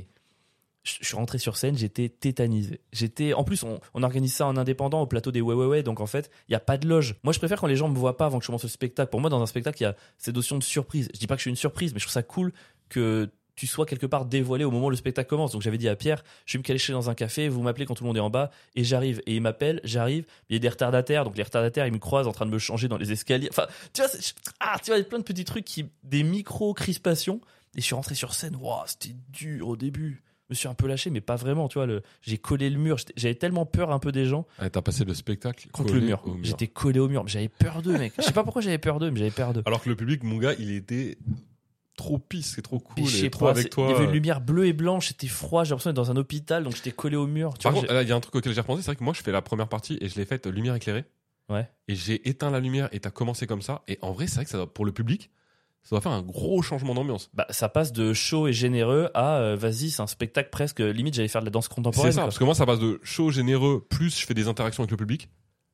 je suis rentré sur scène, j'étais tétanisé. En plus, on organise ça en indépendant au plateau des ouais. Donc en fait, il y a pas de loge. Moi, je préfère quand les gens me voient pas avant que je commence le spectacle. Pour moi, dans un spectacle, il y a cette notion de surprise. Je dis pas que je suis une surprise, mais je trouve ça cool que tu sois quelque part dévoilé au moment où le spectacle commence. Donc j'avais dit à Pierre, je vais me cacher dans un café, vous m'appelez quand tout le monde est en bas, et j'arrive. Et il m'appelle, j'arrive. Il y a des retardataires, donc les retardataires, ils me croisent en train de me changer dans les escaliers. Enfin, tu vois, il y a plein de petits trucs des micro-crispations. Et je suis rentré sur scène, waouh, c'était dur au début. Je me suis un peu lâché, mais pas vraiment, tu vois. J'ai collé le mur. J'avais tellement peur un peu des gens. Ouais, t'as passé le spectacle contre le mur. J'étais collé au mur. J'avais peur d'eux, mec. Je sais pas pourquoi j'avais peur d'eux, mais j'avais peur d'eux. Alors que le public, mon gars, il était trop pisse, c'est trop cool, et trop avec toi. Il y avait une lumière bleue et blanche, c'était froid. J'ai l'impression d'être dans un hôpital, donc j'étais collé au mur. Par contre, il y a un truc auquel j'ai repensé, c'est vrai que moi, je fais la première partie et je l'ai faite lumière éclairée. Ouais. Et j'ai éteint la lumière et t'as commencé comme ça. Et en vrai, c'est vrai que pour le public, ça doit faire un gros changement d'ambiance. Bah, ça passe de chaud et généreux à vas-y, c'est un spectacle presque limite, j'allais faire de la danse contemporaine. C'est ça, parce que moi, ça passe de chaud, généreux, plus je fais des interactions avec le public,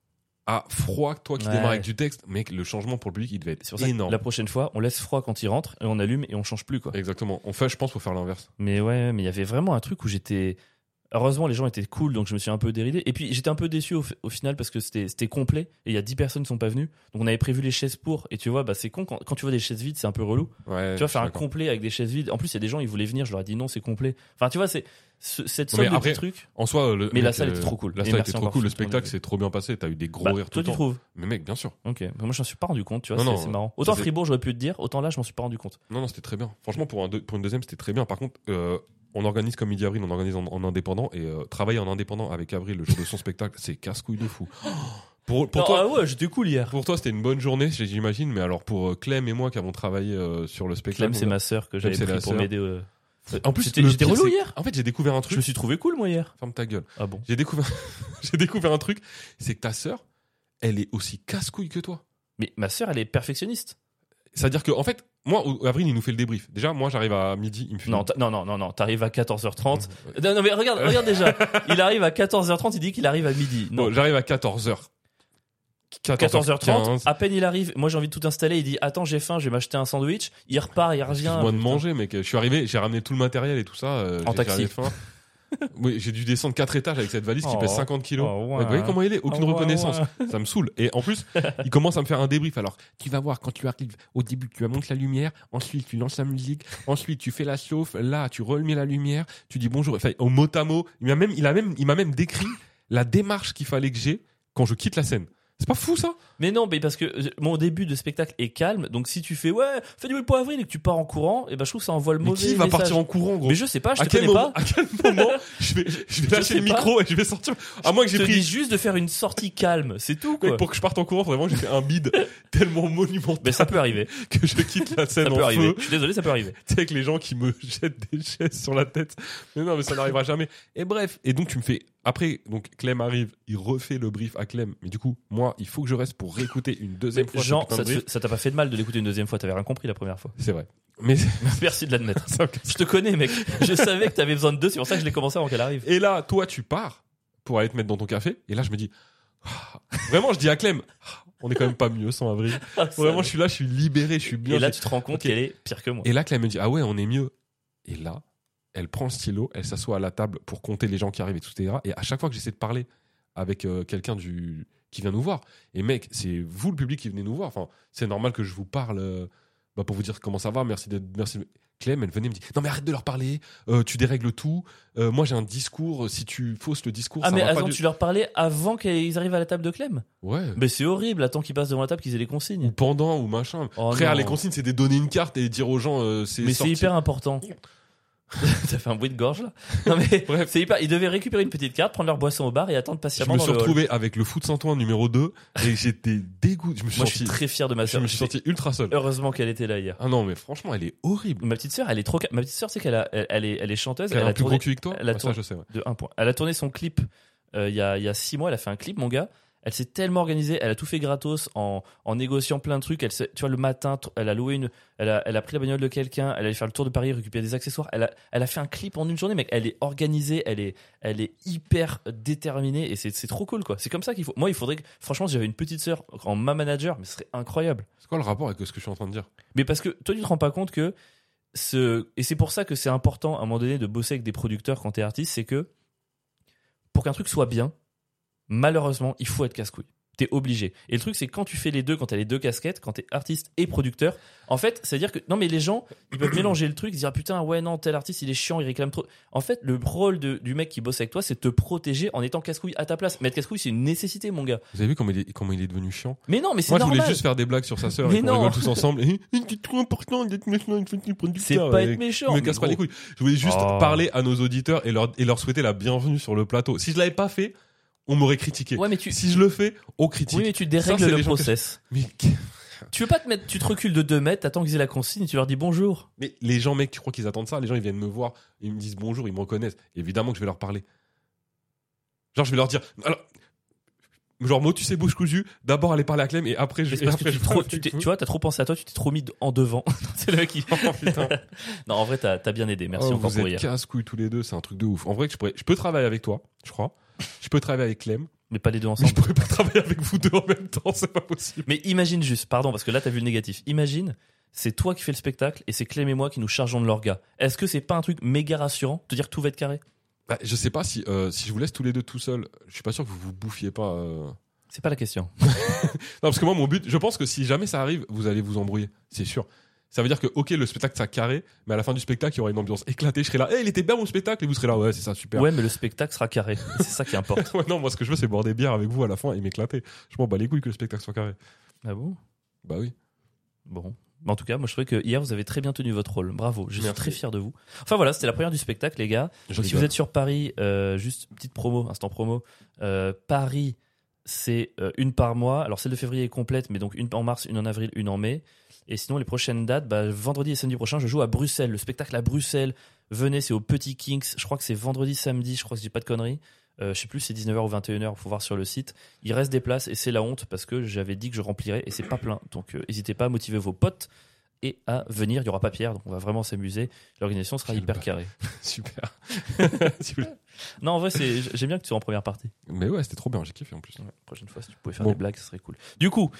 à froid, toi qui démarres avec du texte. Mec, le changement pour le public, il devait être énorme. La prochaine fois, on laisse froid quand il rentre et on allume et on change plus, quoi. Exactement. Je pense, pour faire l'inverse. Mais ouais, mais il y avait vraiment un truc où j'étais. Heureusement, les gens étaient cool, donc je me suis un peu déridé. Et puis, j'étais un peu déçu au final parce que c'était complet et il y a 10 personnes qui sont pas venues. Donc, on avait prévu les chaises pour. Et tu vois, bah, c'est con quand tu vois des chaises vides, c'est un peu relou. Ouais, tu vois, faire un complet avec des chaises vides. En plus, il y a des gens, ils voulaient venir. Je leur ai dit non, c'est complet. Enfin, tu vois, cette Non, somme mais de après, petits trucs. En soi, Mais la salle était trop cool. La Et salle merci était trop encore, cool. Le Philippe, spectacle pour s'est trop bien passé. T'as eu des gros Bah, rires tout toi, le tu temps. trouves? Mais mec, bien sûr. Ok. Moi, je m'en suis pas rendu compte, tu vois. Non, C'est non, marrant. ça, Autant c'est- Fribourg, j'aurais pu te dire. Autant là, je m'en suis pas rendu compte. Non, c'était très bien. Franchement, pour une deuxième, c'était très bien. Par contre, on organise comme Midi Avril, on organise en indépendant. Et travailler en indépendant avec Avril le jour de son spectacle, c'est casse-couille de fou. Pour Non, toi, ah ouais, j'étais cool hier. pour toi, c'était une bonne journée, j'imagine. Mais alors, pour Clem et moi qui avons travaillé sur le spectacle. Clem, c'est ma sœur que j'avais c'est pris la pour sœur. m'aider. En plus, j'étais le j'étais pire, relou c'est- hier. En fait, j'ai découvert un Je truc. me suis trouvé cool, moi, hier. Ferme ta gueule. Ah bon? J'ai découvert, j'ai découvert un truc. C'est que ta sœur, elle est aussi casse-couille que toi. Mais ma sœur, elle est perfectionniste. C'est-à-dire que, en fait, moi, Avril, il nous fait le débrief. Déjà, moi, j'arrive à midi, il me fait. Non, non, t'arrives à 14h30. Non, mais regarde déjà. Il arrive à 14h30, il dit qu'il arrive à midi. Non. Bon, j'arrive à 14h. 14h30, à peine il arrive, moi j'ai envie de tout installer, il dit attends j'ai faim, je vais m'acheter un sandwich, il repart, il revient. Excuse-moi de Putain. manger, mec. Je suis arrivé, j'ai ramené tout le matériel et tout ça. En taxi. j'avais faim. Oui, j'ai dû descendre 4 étages avec cette valise qui Oh. pèse 50 kilos. Oh, ouais. Vous voyez comment il est? Aucune Oh, ouais, reconnaissance. ouais. Ça me saoule. Et en plus, il commence à me faire un débrief. Alors, tu vas voir, quand tu arrives au début, tu montes la lumière. Ensuite, tu lances la musique. Ensuite, tu fais la chauffe. Là, tu remets la lumière. Tu dis bonjour. Enfin, au mot à mot. Il m'a même décrit la démarche qu'il fallait que j'ai quand je quitte la scène. C'est pas fou, ça? Mais non, mais parce que mon début de spectacle est calme, donc si tu fais ouais, fais du bruit pour Avril et que tu pars en courant, et ben je trouve que ça envoie le Mais mauvais qui va message. partir en courant, gros? Mais je sais pas, je à te quel connais moment, pas. à quel moment je vais lâcher sais le pas. micro et je vais sortir? À moins que Je j'ai te dis pris. juste de faire une sortie calme, c'est tout Mais quoi. pour que je parte en courant, vraiment, j'ai fait un bide tellement monumental Mais ça peut arriver. que je quitte la scène Ça en peut arriver. feu. Je suis désolé, ça peut arriver. Tu sais, avec les gens qui me jettent des chaises sur la tête. Mais non, mais ça n'arrivera jamais. Et bref. Et donc, tu me fais. Après, donc, Clem arrive, il refait le brief à Clem. Mais du coup, moi, il faut que je reste pour réécouter une deuxième fois. ce Jean, putain de brief. ça t'a pas fait de mal de l'écouter une deuxième fois, t'avais rien compris la première fois. C'est vrai. Mais Merci de l'admettre. ça me casse. Je te connais, mec. Je savais que t'avais besoin de deux, c'est pour ça que je l'ai commencé avant qu'elle arrive. Et là, toi, tu pars pour aller te mettre dans ton café. Et là, je me dis. Vraiment, je dis à Clem, on est quand même pas mieux sans Avril. Vraiment, je suis là, je suis libéré, je suis bien. Et là, j'ai- tu te rends compte Ok. qu'elle est pire que moi. Et là, Clem me dit, ah ouais, on est mieux. Et là, elle prend le stylo, elle s'assoit à la table pour compter les gens qui arrivent et tout, etc. Et à chaque fois que j'essaie de parler avec quelqu'un qui vient nous voir, et mec, c'est vous le public qui venez nous voir. Enfin, c'est normal que je vous parle pour vous dire comment ça va. Merci. Clem, elle venait me dit, non mais arrête de leur parler, tu dérègles tout. Moi, j'ai un discours. Si tu fausses le discours, Ah, ça mais va pas attends, du- tu leur parlais avant qu'ils arrivent à la table de Clem? Ouais. Mais c'est horrible, attends qu'ils passent devant la table, qu'ils aient les Ou consignes. pendant ou machin. Oh Frère, non. les consignes, c'est de donner une carte et dire aux gens, c'est Mais c'est sorti. hyper important. T'as fait un bruit de gorge là? Non mais Bref. c'est hyper. Ils devaient récupérer une petite carte, prendre leur boisson au bar et attendre Je patiemment me dans suis le hall. retrouvé avec le foot Saint-Ouen numéro 2 et j'étais dégoûté. Je me suis Moi, je senti, suis très fier de ma je sœur. me suis senti ultra seul. Heureusement qu'elle était là hier. Ah non, mais franchement, elle est horrible. Ma petite sœur, elle est trop. Ma petite sœur, c'est qu'elle elle est chanteuse. Elle a Elle un a plus tourné gros cul que toi. elle a Ouais, ça, tourné- je sais. Ouais. de 1 point. Elle a tourné son clip il y a 6 mois. Elle a fait un clip, mon gars. Elle s'est tellement organisée. Elle a tout fait gratos en négociant plein de trucs. Tu vois, le matin, elle a loué elle a pris la bagnole de quelqu'un. Elle allait faire le tour de Paris, récupérer des accessoires. Elle a fait un clip en une journée, mec. Elle est organisée. Elle est hyper déterminée et c'est trop cool, quoi. C'est comme ça qu'il faut. Moi, il faudrait que, franchement, si j'avais une petite sœur en ma manager, mais ce serait incroyable. C'est quoi le rapport avec ce que je suis en train de dire? Mais parce que toi, tu te rends pas compte que et c'est pour ça que c'est important à un moment donné de bosser avec des producteurs quand t'es artiste, c'est que pour qu'un truc soit bien, malheureusement, il faut être casse-couille. T'es obligé. Et le truc, c'est que quand tu fais les deux, quand t'as les deux casquettes, quand t'es artiste et producteur, en fait, c'est-à-dire que, non, mais les gens, ils peuvent mélanger le truc, ils se dire, ah, putain, ouais, non, tel artiste, il est chiant, il réclame trop. En fait, le rôle du mec qui bosse avec toi, c'est de te protéger en étant casse-couille à ta place. Mais être casse-couille, c'est une nécessité, mon gars. Vous avez vu comment il est devenu chiant? Mais non, mais c'est Moi, je normal. voulais juste faire des blagues sur sa sœur Mais et qu'on non. rigole tous ensemble. C'est trop important d'être méchant, une petite C'est producteur. pas Et être méchant. me mais casse pas gros. les couilles. Je voulais juste Oh. parler à nos auditeurs et leur souhaiter la bienvenue sur le plateau. Si je l'avais pas fait, on m'aurait critiqué. Ouais, mais Si je le fais, on critique. oui, mais tu Ça, dérègles c'est le les gens que- process. Mais Tu veux pas te mettre, tu te recules de 2 mètres, t'attends qu'ils aient la consigne et tu leur dis bonjour. Mais les gens, mec, tu crois qu'ils attendent ça? Les gens, ils viennent me voir, ils me disent bonjour, ils me reconnaissent. Évidemment que je vais leur parler. Genre, je vais leur dire, alors, genre, moi, tu sais, bouche cousue, d'abord aller parler à Clem et après, C'est parce que je tu vois, t'as trop pensé à toi, tu t'es trop mis en devant. C'est le mec qui. Oh, putain. Non, en vrai, t'as bien aidé. Merci Oh, encore vous pour êtes hier. casse-couilles tous les deux, c'est un truc de ouf. En vrai, je peux travailler avec toi, je crois. Je peux travailler avec Clem, Mais pas les deux mais ensemble. je pourrais pas travailler avec vous deux en même temps, c'est pas possible. Mais imagine juste, pardon, parce que là, t'as vu le négatif. Imagine, c'est toi qui fais le spectacle et c'est Clem et moi qui nous chargeons de l'orga. Est-ce que c'est pas un truc méga rassurant de dire que tout va être carré? Bah, je sais pas si je vous laisse tous les deux tout seuls, je suis pas sûr que vous vous bouffiez pas. C'est pas la question. Non, parce que moi, mon but, je pense que si jamais ça arrive, vous allez vous embrouiller, c'est sûr. Ça veut dire que, ok, le spectacle sera carré, mais à la fin du spectacle, il y aura une ambiance éclatée. Je serai là, il était bien mon spectacle, et vous serez là, ouais, c'est ça, super. Ouais, mais le spectacle sera carré. C'est ça qui importe. Ouais, non, moi, ce que je veux, c'est boire des bières avec vous à la fin et m'éclater. Je m'en bats les couilles que le spectacle soit carré. Ah bon? Bah oui. Bon. En tout cas, moi je trouvais que hier vous avez très bien tenu votre rôle. Bravo, je suis Merci. très fier de vous. Enfin voilà, c'était la première du spectacle, les gars. Je Donc, si rigole. vous êtes sur Paris, juste petite promo, instant promo. Paris, c'est une par mois. Alors celle de février est complète, mais donc une en mars, une en avril, une en mai. Et sinon les prochaines dates, vendredi et samedi prochain, je joue à Bruxelles. Le spectacle à Bruxelles. Venez, c'est au Petit Kings. Je crois que c'est vendredi, samedi. Je crois que je dis pas de conneries. Je sais plus, c'est 19h ou 21h, faut voir sur le site. Il reste des places et c'est la honte parce que j'avais dit que je remplirais et c'est pas plein. Donc n'hésitez pas à motiver vos potes et à venir. Il y aura pas Pierre, donc on va vraiment s'amuser. L'organisation sera hyper carrée. Super. Non, en vrai, j'aime bien que tu sois en première partie. Mais ouais, c'était trop bien, j'ai kiffé en plus. Ouais, prochaine fois, si tu pouvais faire Bon. des blagues, ça serait cool. Du coup,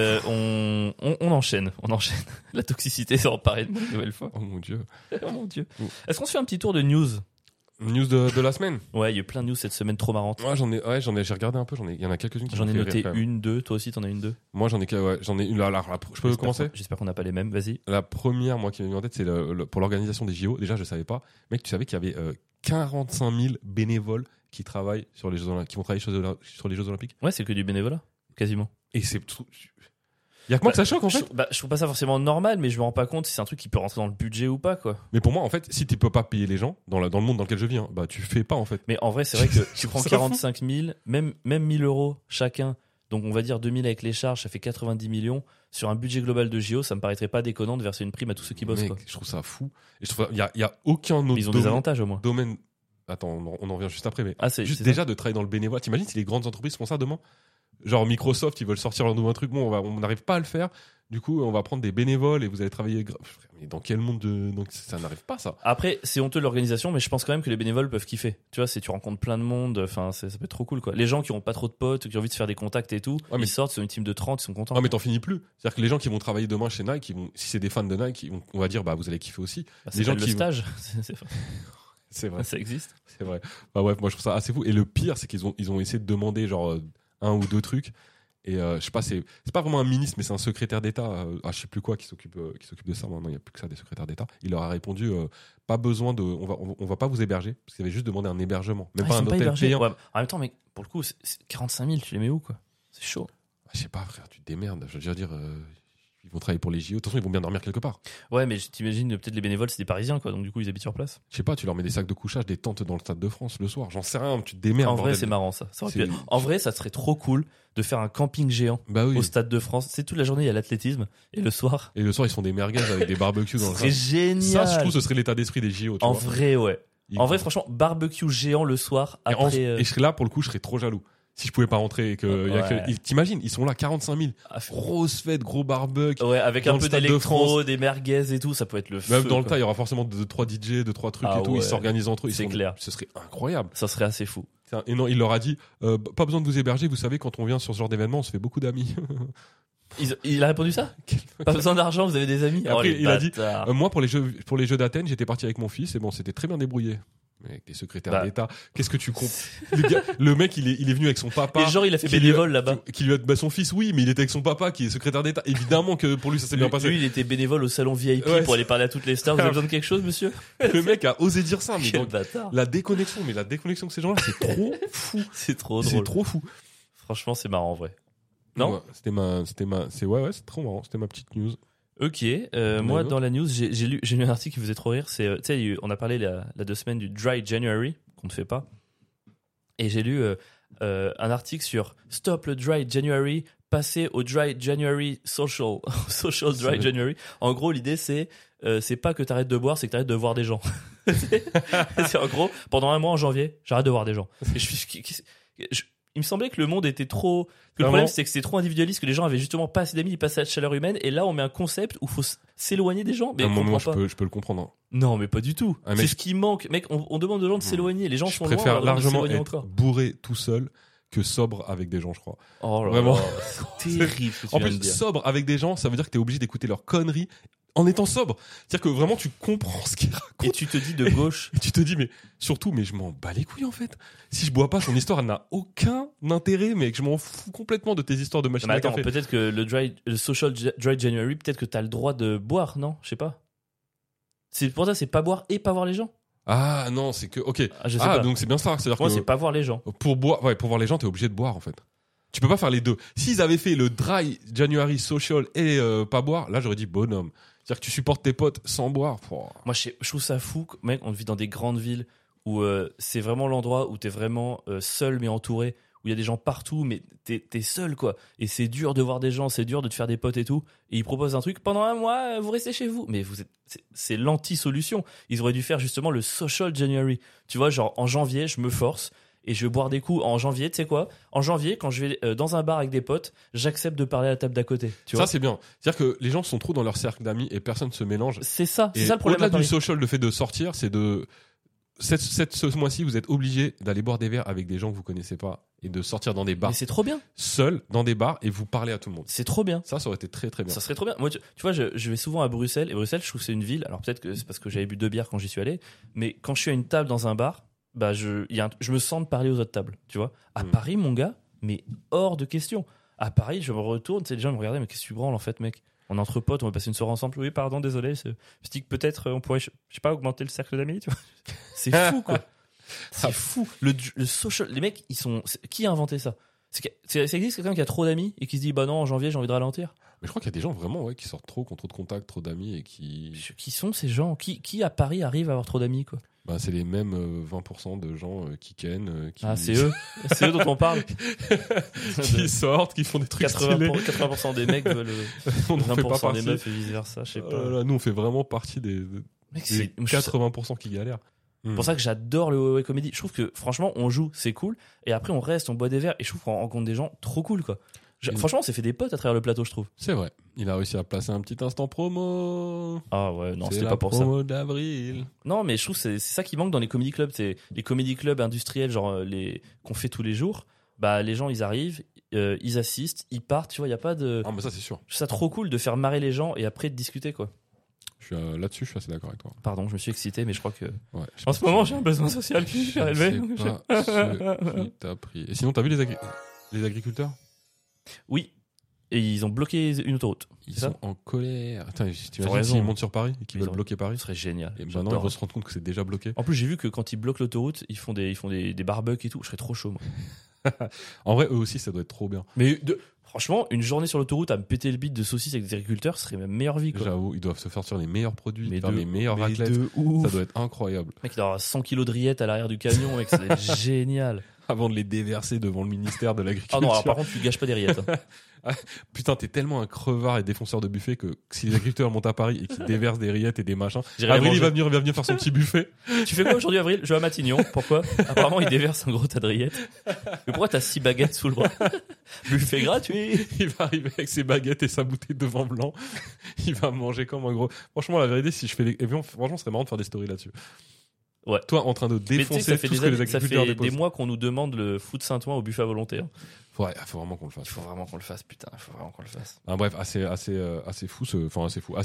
on enchaîne. La toxicité, ça en paraît une nouvelle fois. Oh mon dieu. Oh mon dieu. Oh. Est-ce qu'on se fait un petit tour de news? News de la semaine. Ouais, il y a eu plein de news cette semaine trop marrantes. Ouais, j'ai regardé un peu, il y en a quelques-unes qui J'en m'ont ai fait noté rire, quand même. une, deux. Toi aussi, t'en as une, deux. Moi, j'en ai une là, je peux commencer? J'espère qu'on n'a pas les mêmes. Vas-y. La première, moi, qui m'est venue en tête, c'est pour l'organisation des JO. Déjà, je savais pas. Mec, tu savais qu'il y avait 45 000 bénévoles qui travaillent sur les Jeux Olympiques, qui vont travailler sur les Jeux Olympiques. Ouais, c'est que du bénévolat, quasiment. Et c'est tout. Il y a que moi que ça choque, en fait. Je trouve pas ça forcément normal, mais je me rends pas compte si c'est un truc qui peut rentrer dans le budget ou pas, quoi. Mais pour moi, en fait, si tu peux pas payer les gens dans le monde dans lequel je vis, hein, bah tu fais pas, en fait. Mais en vrai, c'est vrai que tu prends Ça 45 000, même 1000 euros chacun. Donc on va dire 2000 avec les charges, ça fait 90 millions. Sur un budget global de JO, ça me paraîtrait pas déconnant de verser une prime à tous ceux qui bossent, Mec, quoi. je trouve ça fou. Et je trouve il y a aucun autre Mais ils ont des avantages au moins. domaine. Attends, on en revient juste après, mais Ah, c'est juste c'est déjà de travailler dans le bénévolat. T'imagines si les grandes entreprises font ça demain? Genre Microsoft, ils veulent sortir leur nouveau truc. Bon, on n'arrive pas à le faire. Du coup, on va prendre des bénévoles et vous allez travailler. Mais dans quel monde donc ça n'arrive pas, ça? Après, c'est honteux l'organisation, mais je pense quand même que les bénévoles peuvent kiffer. Tu vois, tu rencontres plein de monde, enfin, ça peut être trop cool, quoi. Les gens qui ont pas trop de potes, qui ont envie de se faire des contacts et tout, Ouais, mais- ils sortent, ils ont une team de 30, ils sont contents. Ah, mais t'en finis plus. C'est-à-dire que les gens qui vont travailler demain chez Nike, si c'est des fans de Nike, on va dire, bah, vous allez kiffer aussi. Bah, les gens le qui- stage, C'est vrai. ça existe. C'est vrai. Bah ouais, moi je trouve ça assez fou. Et le pire, c'est qu'ils ont essayé de demander genre un ou deux trucs. Et je sais pas, c'est pas vraiment un ministre, mais c'est un secrétaire d'État, je sais plus quoi, qui s'occupe de ça. Maintenant, il y a plus que ça, des secrétaires d'État. Il leur a répondu, pas besoin de, on va pas vous héberger, parce qu'il avait juste demandé un hébergement, même Ah, pas ils un sont pas hôtel hébergés. payant. Ouais, en même temps, mais pour le coup, c'est 45 000, tu les mets où, quoi? C'est chaud. Je sais pas, frère, tu te démerdes. Je veux dire, ils vont travailler pour les JO. De toute façon, ils vont bien dormir quelque part. Ouais, mais t'imagines, peut-être les bénévoles, c'est des Parisiens, quoi. Donc du coup, ils habitent sur place. Je sais pas, tu leur mets des sacs de couchage, des tentes dans le Stade de France le soir. J'en sais rien, tu te démerdes. En vrai, bordel. c'est marrant, ça. Ça aurait pu C'est- être- En vrai, ça serait trop cool de faire un camping géant Bah oui. au Stade de France. C'est toute la journée, il y a l'athlétisme. Et le soir, Et le soir, ils font des merguez avec des barbecues dans ce le serait stade. génial. Ça, je trouve, ce serait l'état d'esprit des JO. Tu En vois. vrai, ouais. Ils- En vrai, franchement, barbecue géant le soir Et, après. et je serais là, pour le coup, je serais trop jaloux. Si je pouvais pas rentrer et que, Ouais. t'imagines, ils sont là, 45 000. Ah, f- Grosse fête, gros barbecue. Ouais, avec Dans un le peu Stade de d'électro, France. des merguez et tout, ça peut être le feu. Même dans le quoi. tas, il y aura forcément 2-3 DJ, 2-3 trucs Ah et tout. ouais. Ils s'organisent entre eux. C'est clair. Ce serait incroyable. Ça serait assez fou. Et non, il leur a dit, pas besoin de vous héberger. Vous savez, quand on vient sur ce genre d'événement, on se fait beaucoup d'amis. Il a répondu ça? Pas besoin d'argent, vous avez des amis? Et après, les il a dit, bâtards. moi, pour les jeux d'Athènes, j'étais parti avec mon fils et bon, c'était très bien débrouillé. Mais avec des secrétaires Bah. d'État, qu'est-ce que tu comprends? Le mec, il est venu avec son papa. Et genre, il a fait qui lui bénévole là-bas. Qui lui a, bah, son fils, oui, mais il était avec son papa qui est secrétaire d'État. Évidemment que pour lui, ça s'est bien passé. Lui, il était bénévole au salon VIP Ouais, pour aller parler à toutes les stars. Vous avez besoin de quelque chose, monsieur? Le mec a osé dire ça, mais Quel donc, bâtard. la déconnexion que ces gens-là, c'est trop fou. C'est trop C'est drôle. trop fou. Franchement, c'est marrant en vrai. Non? Ouais, c'est trop marrant. C'était ma petite news. Ok, en as moi une dans la news, j'ai lu un article qui faisait trop rire. C'est, tu sais, on a parlé la 2 semaines du Dry January qu'on ne fait pas, et j'ai lu un article sur Stop le Dry January, passer au Dry January Social, Social Dry C'est- January. En gros, l'idée c'est pas que t'arrêtes de boire, c'est que t'arrêtes de voir des gens. C'est en gros, pendant un mois en janvier, j'arrête de voir des gens. Et il me semblait que le monde était trop. Que le Vraiment. problème, c'est que c'était trop individualiste, que les gens avaient justement pas assez d'amis, ils passaient à la chaleur humaine. Et là, on met un concept où il faut s'éloigner des gens. Mais À un je moment, comprends pas. je peux le comprendre. Hein. Non, mais pas du tout. Ah, mais c'est je- ce qui manque. Mec, on demande aux gens de s'éloigner. Les gens Je sont loin, préfère on leur demande de largement s'éloigner être encore. bourré tout seul que sobre avec des gens, je crois. Oh là Vraiment. là, c'est terrible ce que tu En viens plus, de dire. sobre avec des gens, ça veut dire que t'es obligé d'écouter leurs conneries en étant sobre. C'est-à-dire que vraiment, tu comprends ce qu'ils racontent. Et tu te dis de gauche. Et tu te dis, mais surtout, mais je m'en bats les couilles en fait. Si je bois pas, son histoire elle n'a aucun intérêt, mec. Je m'en fous complètement de tes histoires de machine Mais à attends, café. peut-être que le social dry January, peut-être que t'as le droit de boire, non? Je sais pas. C'est pour ça, c'est pas boire et pas voir les gens. Ah non, c'est que, ok. Ah, je sais pas. Donc c'est bien ça. C'est-à-dire Moi, que c'est pas voir les gens. pour voir les gens, t'es obligé de boire en fait. Tu peux pas faire les deux. S'ils avaient fait le dry January social et pas boire, là j'aurais dit bonhomme. C'est-à-dire que tu supportes tes potes sans boire. Pouah. Moi, je trouve ça fou. Mec, on vit dans des grandes villes où c'est vraiment l'endroit où t'es vraiment seul mais entouré, où il y a des gens partout, mais t'es seul, quoi. Et c'est dur de voir des gens, c'est dur de te faire des potes et tout. Et ils proposent un truc, pendant un mois, vous restez chez vous. Mais c'est l'anti-solution. Ils auraient dû faire justement le social January. Tu vois, genre en janvier, je me force et je vais boire des coups en janvier. Tu sais quoi? En janvier, quand je vais dans un bar avec des potes, j'accepte de parler à la table d'à côté. Tu vois? Ça c'est bien. C'est-à-dire que les gens sont trop dans leur cercle d'amis et personne se mélange. C'est ça Et le problème. au-delà à du Paris. social, le fait de sortir, c'est de ce mois-ci, vous êtes obligé d'aller boire des verres avec des gens que vous connaissez pas et de sortir dans des bars Mais c'est trop bien. seul dans des bars et vous parler à tout le monde. C'est trop bien. Ça aurait été très très bien. Ça serait trop bien. Moi, tu vois, je vais souvent à Bruxelles, et Bruxelles, je trouve que c'est une ville. Alors peut-être que c'est parce que j'avais bu 2 bières quand j'y suis allé, mais quand je suis à une table dans un bar, bah je me sens de parler aux autres tables. Tu vois, à Paris, mon gars, mais hors de question. À Paris, je me retourne, tu sais, les gens me regardaient, mais qu'est-ce que tu branles en fait, mec? On est entre potes, on va passer une soirée ensemble. Oui, pardon, désolé. Je me dis que peut-être on pourrait, je sais pas, augmenter le cercle d'amis. Tu vois, c'est fou, quoi. C'est fou. Le social, les mecs, qui a inventé ça? Ça existe quelqu'un qui a trop d'amis et qui se dit bah non, en janvier j'ai envie de ralentir? Mais je crois qu'il y a des gens vraiment qui sortent trop, qui ont trop de contacts, trop d'amis et qui. Qui sont ces gens? Qui à Paris arrive à avoir trop d'amis, quoi? Bah, c'est les mêmes 20% de gens qui kennent. Qui... Ah, c'est eux. C'est eux dont on parle. qui sortent, qui font des trucs stylés. 80% des mecs veulent On en fait pas 20% des partie. meufs et vice versa, je sais Oh pas. là là, nous on fait vraiment partie des Mec, des 80% qui galèrent. C'est pour ça que j'adore le Way Comedy. Je trouve que franchement, on joue, c'est cool. Et après, on reste, on boit des verres. Et je trouve qu'on rencontre des gens trop cool, quoi. Franchement, on s'est fait des potes à travers le plateau, je trouve. C'est vrai. Il a réussi à placer un petit instant promo. Ah ouais, non, C'est c'était la pas pour ça. promo d'avril. Non, mais je trouve que c'est ça qui manque dans les comedy clubs. C'est les comedy clubs industriels, genre qu'on fait tous les jours. Bah, les gens, ils arrivent, ils assistent, ils partent. Tu vois, il y a pas de. Ah, mais ça c'est sûr. Je trouve ça trop cool de faire marrer les gens et après de discuter, quoi. Là-dessus, je suis assez d'accord avec toi. Pardon, je me suis excité, mais je crois que. Ouais, En ce moment, j'ai un besoin social qui est super élevé. Je sais pas ce qui t'a pris. Et sinon, t'as vu les agriculteurs? Oui. Et ils ont bloqué une autoroute. Ils C'est ça sont en colère. Attends, Ils ont t'imagines raison. s'ils montent sur Paris et qu'ils Ils veulent ont- bloquer Paris? Ce serait génial. Et maintenant, ils J'adore. vont se rendre compte que c'est déjà bloqué. En plus, j'ai vu que quand ils bloquent l'autoroute, ils font des barbecues et tout. Je serais trop chaud, moi. En vrai, eux aussi, ça doit être trop bien. Mais franchement, une journée sur l'autoroute à me péter le bide de saucisses avec des agriculteurs, ce serait ma meilleure vie, quoi. J'avoue, ils doivent se faire sur les meilleurs produits, Mais faire les meilleures mais raclettes. de ouf. Ça doit être incroyable. Mec, il doit avoir 100 kilos de rillettes à l'arrière du camion, mec, ça doit être génial. Avant de les déverser devant le ministère de Ah l'Agriculture. non, alors par contre, tu gâches pas des rillettes. Hein. Putain, t'es tellement un crevard et défonceur de buffet que si les agriculteurs montent à Paris et qu'ils déversent des rillettes et des machins, J'irai Avril, manger. il va venir faire son petit buffet. Tu fais quoi aujourd'hui, Avril? Je vais à Matignon. Pourquoi? Apparemment, il déverse un gros tas de rillettes. Mais pourquoi t'as 6 baguettes sous le bras? Buffet gratuit. Il va arriver avec ses baguettes et sa bouteille de vin blanc. Il va manger comme un gros. Franchement, la vérité, si je fais des. Et puis, franchement, ce serait marrant de faire des stories là-dessus. Ouais. Toi, en train de Mais tu sais, défoncer ça fait tout ce que les ça agriculteurs fait déposent. des mois qu'on nous demande le foot Saint-Ouen au buffet à volonté. Hein. Ouais, faut vraiment qu'on le fasse. Il faut vraiment qu'on le fasse, putain. Il faut vraiment qu'on le fasse. Ah, bref, assez fou assez fou.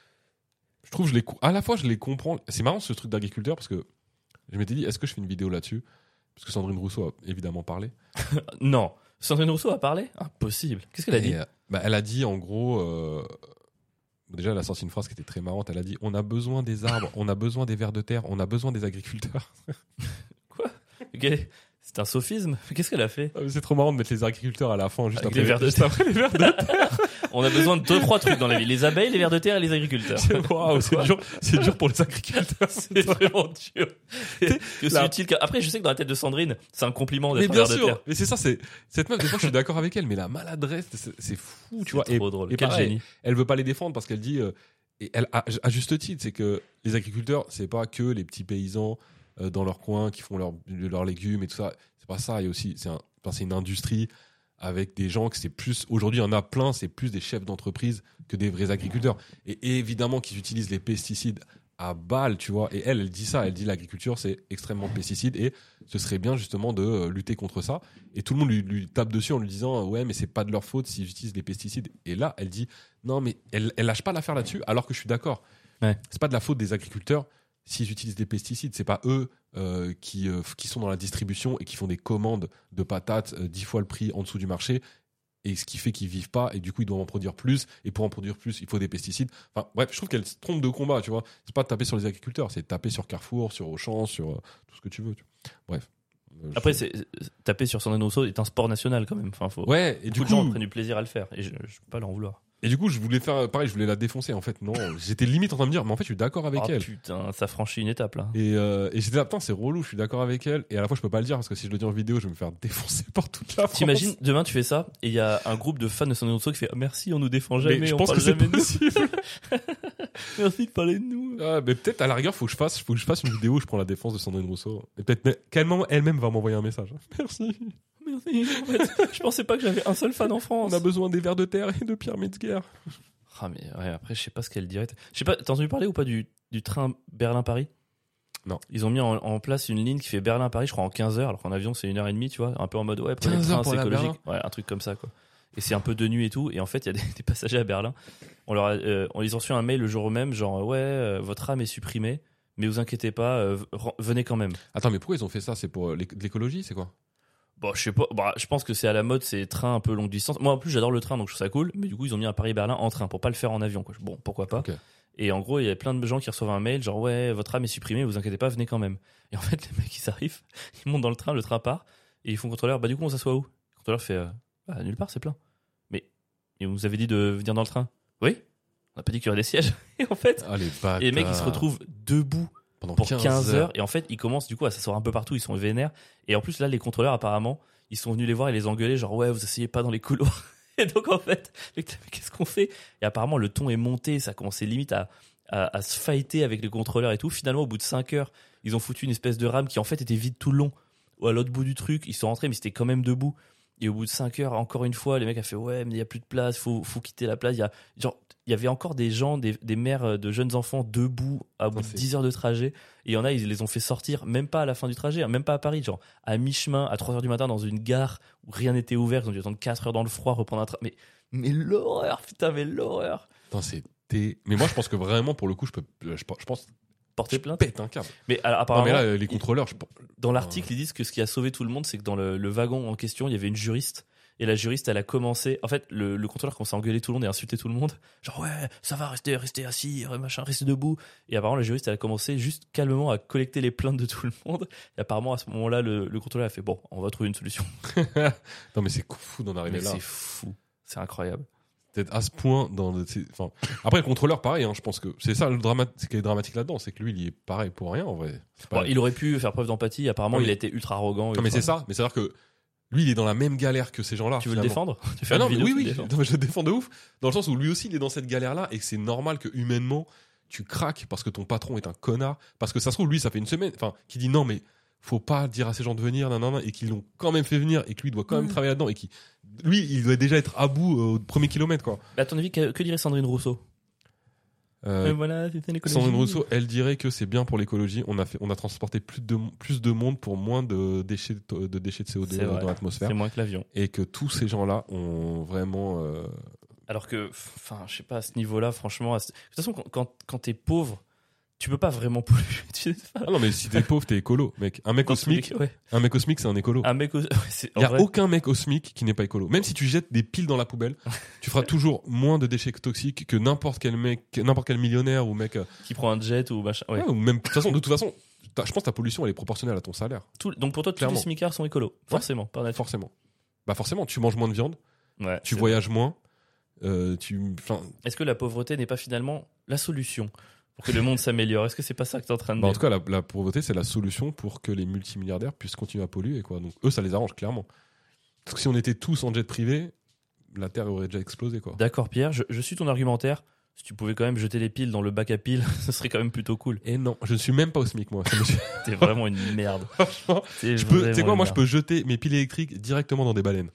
Je trouve à la fois je les comprends. C'est marrant ce truc d'agriculteur parce que je m'étais dit est-ce que je fais une vidéo là-dessus parce que Sandrine Rousseau a évidemment parlé. Non. Sandrine Rousseau a parlé? Impossible. Qu'est-ce qu'elle a dit? Elle a dit en gros déjà elle a sorti une phrase qui était très marrante. Elle a dit on a besoin des arbres, on a besoin des vers de terre, on a besoin des agriculteurs. Quoi? C'est un sophisme. Qu'est-ce qu'elle a fait? C'est trop marrant de mettre les agriculteurs à la fin juste Avec après les vers de juste terre. après les vers de terre. On a besoin de 2-3 trucs dans la vie. Les abeilles, les vers de terre et les agriculteurs. Waouh, c'est dur pour les agriculteurs. C'est vraiment dur. Que c'est là- utile. Après, je sais que dans la tête de Sandrine, c'est un compliment Mais d'être un bien vers de sûr, terre. mais c'est ça, c'est cette meuf. Des fois, je suis d'accord avec elle, mais la maladresse, c'est fou, tu vois. C'est trop drôle. et Quel pareil, génie. elle veut pas les défendre parce qu'elle dit, et elle à juste titre, c'est que les agriculteurs, c'est pas que les petits paysans dans leur coin qui font leurs légumes et tout ça. C'est pas ça. Et aussi, c'est une industrie avec des gens que c'est plus. Aujourd'hui, il y en a plein. C'est plus des chefs d'entreprise que des vrais agriculteurs. Et évidemment, qu'ils utilisent les pesticides à balle, tu vois. Et elle dit ça, elle dit l'agriculture c'est extrêmement pesticide et ce serait bien justement de lutter contre ça. Et tout le monde lui tape dessus en lui disant ouais mais c'est pas de leur faute s'ils utilisent des pesticides. Et là elle dit non mais elle lâche pas l'affaire là-dessus alors que je suis d'accord. Ouais. C'est pas de la faute des agriculteurs s'ils utilisent des pesticides, c'est pas eux qui sont dans la distribution et qui font des commandes de patates 10 fois le prix en dessous du marché. Et ce qui fait qu'ils vivent pas et du coup ils doivent en produire plus et pour en produire plus il faut des pesticides. Enfin bref, je trouve qu'elle se trompe de combat, tu vois. C'est pas de taper sur les agriculteurs, c'est de taper sur Carrefour, sur Auchan, sur tout ce que tu veux. Bref. Après, taper sur Sandrine Rousseau est un sport national quand même. Enfin, ouais, et beaucoup de gens prennent du plaisir à le faire et je peux pas leur en vouloir. Et du coup, je voulais faire pareil, je voulais la défoncer. En fait, non, j'étais limite en train de me dire, mais en fait, je suis d'accord avec elle. Putain, ça franchit une étape là. Et j'étais là, putain, c'est relou, je suis d'accord avec elle. Et à la fois, je peux pas le dire parce que si je le dis en vidéo, je vais me faire défoncer par toute la France. T'imagines, demain tu fais ça et il y a un groupe de fans de Sandrine Rousseau qui fait merci, on nous défend jamais. Mais je on pense parle que c'est jamais de nous. possible. Merci de parler de nous. Ah, mais peut-être à la rigueur, faut que je fasse une vidéo où je prends la défense de Sandrine Rousseau. Et peut-être qu'elle-même va m'envoyer un message. Merci. Merci. En fait, je pensais pas que j'avais un seul fan en France. On a besoin des vers de terre et de Pierre Metzger. Ah mais ouais, après je sais pas ce qu'elle dirait. Je sais pas, t'as entendu parler ou pas du train Berlin-Paris ? Non. Ils ont mis en place une ligne qui fait Berlin-Paris, je crois en 15 heures, alors qu'en avion c'est 1h30, tu vois, un peu en mode ouais, prenez le 15 train, heures pour c'est la écologique. Berlin. Ouais, un truc comme ça quoi. Et c'est un peu de nuit et tout, et en fait il y a des passagers à Berlin. On ils ont reçu un mail le jour même, genre ouais, votre âme est supprimée, mais vous inquiétez pas, venez quand même. Attends, mais pourquoi ils ont fait ça ? C'est pour l'écologie, c'est quoi ? Bon, je sais pas, je pense que c'est à la mode ces trains un peu longue distance. Moi en plus j'adore le train donc je trouve ça cool, mais du coup ils ont mis un Paris-Berlin en train pour pas le faire en avion quoi. Bon, pourquoi pas. Okay. Et en gros, il y a plein de gens qui reçoivent un mail genre ouais, votre âme est supprimée, vous inquiétez pas, venez quand même. Et en fait, les mecs ils arrivent, ils montent dans le train part et ils font contrôleur, bah du coup on s'assoit où ? Le contrôleur fait nulle part, c'est plein. Mais et vous avez dit de venir dans le train ? Oui. On n'a pas dit qu'il y aurait des sièges. Et en fait, et les mecs ils se retrouvent debout pendant pour 15 heures et en fait, ils commencent du coup à s'asseoir un peu partout, ils sont vénères et en plus là les contrôleurs apparemment, ils sont venus les voir et les engueuler genre ouais, vous asseyez pas dans les couloirs. Et donc en fait, mais qu'est-ce qu'on fait ? Et apparemment le ton est monté, ça commençait limite à se fighter avec les contrôleurs et tout. Finalement au bout de 5 heures, ils ont foutu une espèce de rame qui en fait était vide tout le long. Ou à l'autre bout du truc, ils sont rentrés mais c'était quand même debout. Et au bout de 5 heures, encore une fois, les mecs a fait ouais, mais il y a plus de place, faut quitter la place. Il y avait encore des gens, des mères de jeunes enfants debout à bout de 10 heures de trajet. Et il y en a, ils les ont fait sortir, même pas à la fin du trajet, hein, même pas à Paris, genre à mi-chemin, à 3 heures du matin, dans une gare où rien n'était ouvert. Ils ont dû attendre 4 heures dans le froid, reprendre un train. Mais l'horreur, putain, mais l'horreur. Putain, mais moi, je pense que vraiment, pour le coup, je pense porter plainte. Pète un câble. Mais alors, apparemment, non, mais là, les contrôleurs, dans l'article, ils disent que ce qui a sauvé tout le monde, c'est que dans le wagon en question, il y avait une juriste. Et la juriste, elle a commencé. En fait, le contrôleur commençait à engueuler tout le monde et à insulter tout le monde. Genre, ouais, ça va, restez assis, machin, restez debout. Et apparemment, la juriste, elle a commencé juste calmement à collecter les plaintes de tout le monde. Et apparemment, à ce moment-là, le contrôleur a fait bon, on va trouver une solution. Non, mais c'est fou d'en arriver là. C'est fou. C'est incroyable. Peut-être à ce point après le contrôleur pareil hein, je pense que c'est ça ce qui est dramatique là-dedans, c'est que lui il est pareil pour rien en vrai. Il aurait pu faire preuve d'empathie, apparemment il a été ultra arrogant. Non mais c'est ça, mais c'est à dire que lui il est dans la même galère que ces gens-là. Tu veux le défendre? Non mais oui, non, mais je le défends de ouf dans le sens où lui aussi il est dans cette galère là et que c'est normal que humainement tu craques parce que ton patron est un connard, parce que ça se trouve lui ça fait une semaine qui dit non mais faut pas dire à ces gens de venir, et qu'ils l'ont quand même fait venir et que lui doit quand même travailler là-dedans et lui, il doit déjà être à bout au premier kilomètre, quoi. À ton avis, que dirait Sandrine Rousseau? Voilà, Sandrine Rousseau, elle dirait que c'est bien pour l'écologie. On a transporté plus de monde pour moins de déchets de CO2 dans l'atmosphère. C'est moins que l'avion. Et que tous ces gens-là ont vraiment. Alors que, je sais pas, à ce niveau-là, franchement, de toute façon, quand t'es pauvre, tu peux pas vraiment polluer. Ah non, mais si t'es pauvre, t'es écolo, mec. Un mec au SMIC, c'est un écolo. Il y a aucun mec au SMIC qui n'est pas écolo. Même si tu jettes des piles dans la poubelle, tu feras toujours moins de déchets toxiques que n'importe quel millionnaire ou mec qui prend un jet ou machin. Ouais. Ou même de toute façon, je pense que ta pollution elle est proportionnelle à ton salaire. Donc pour toi, tous les smicards sont écolos, forcément, par nature. Forcément. Bah forcément, tu manges moins de viande, tu voyages moins. Est-ce que la pauvreté n'est pas finalement la solution pour que le monde s'améliore? Est-ce que c'est pas ça que t'es en train de dire? En tout cas, la pauvreté, c'est la solution pour que les multimilliardaires puissent continuer à polluer, quoi. Donc eux, ça les arrange clairement. Parce que si on était tous en jet privé, la Terre aurait déjà explosé, quoi. D'accord, Pierre, je suis ton argumentaire. Si tu pouvais quand même jeter les piles dans le bac à piles, ce serait quand même plutôt cool. Et non, je ne suis même pas au SMIC, moi. T'es vraiment une merde. Franchement, tu sais quoi, moi, je peux jeter mes piles électriques directement dans des baleines.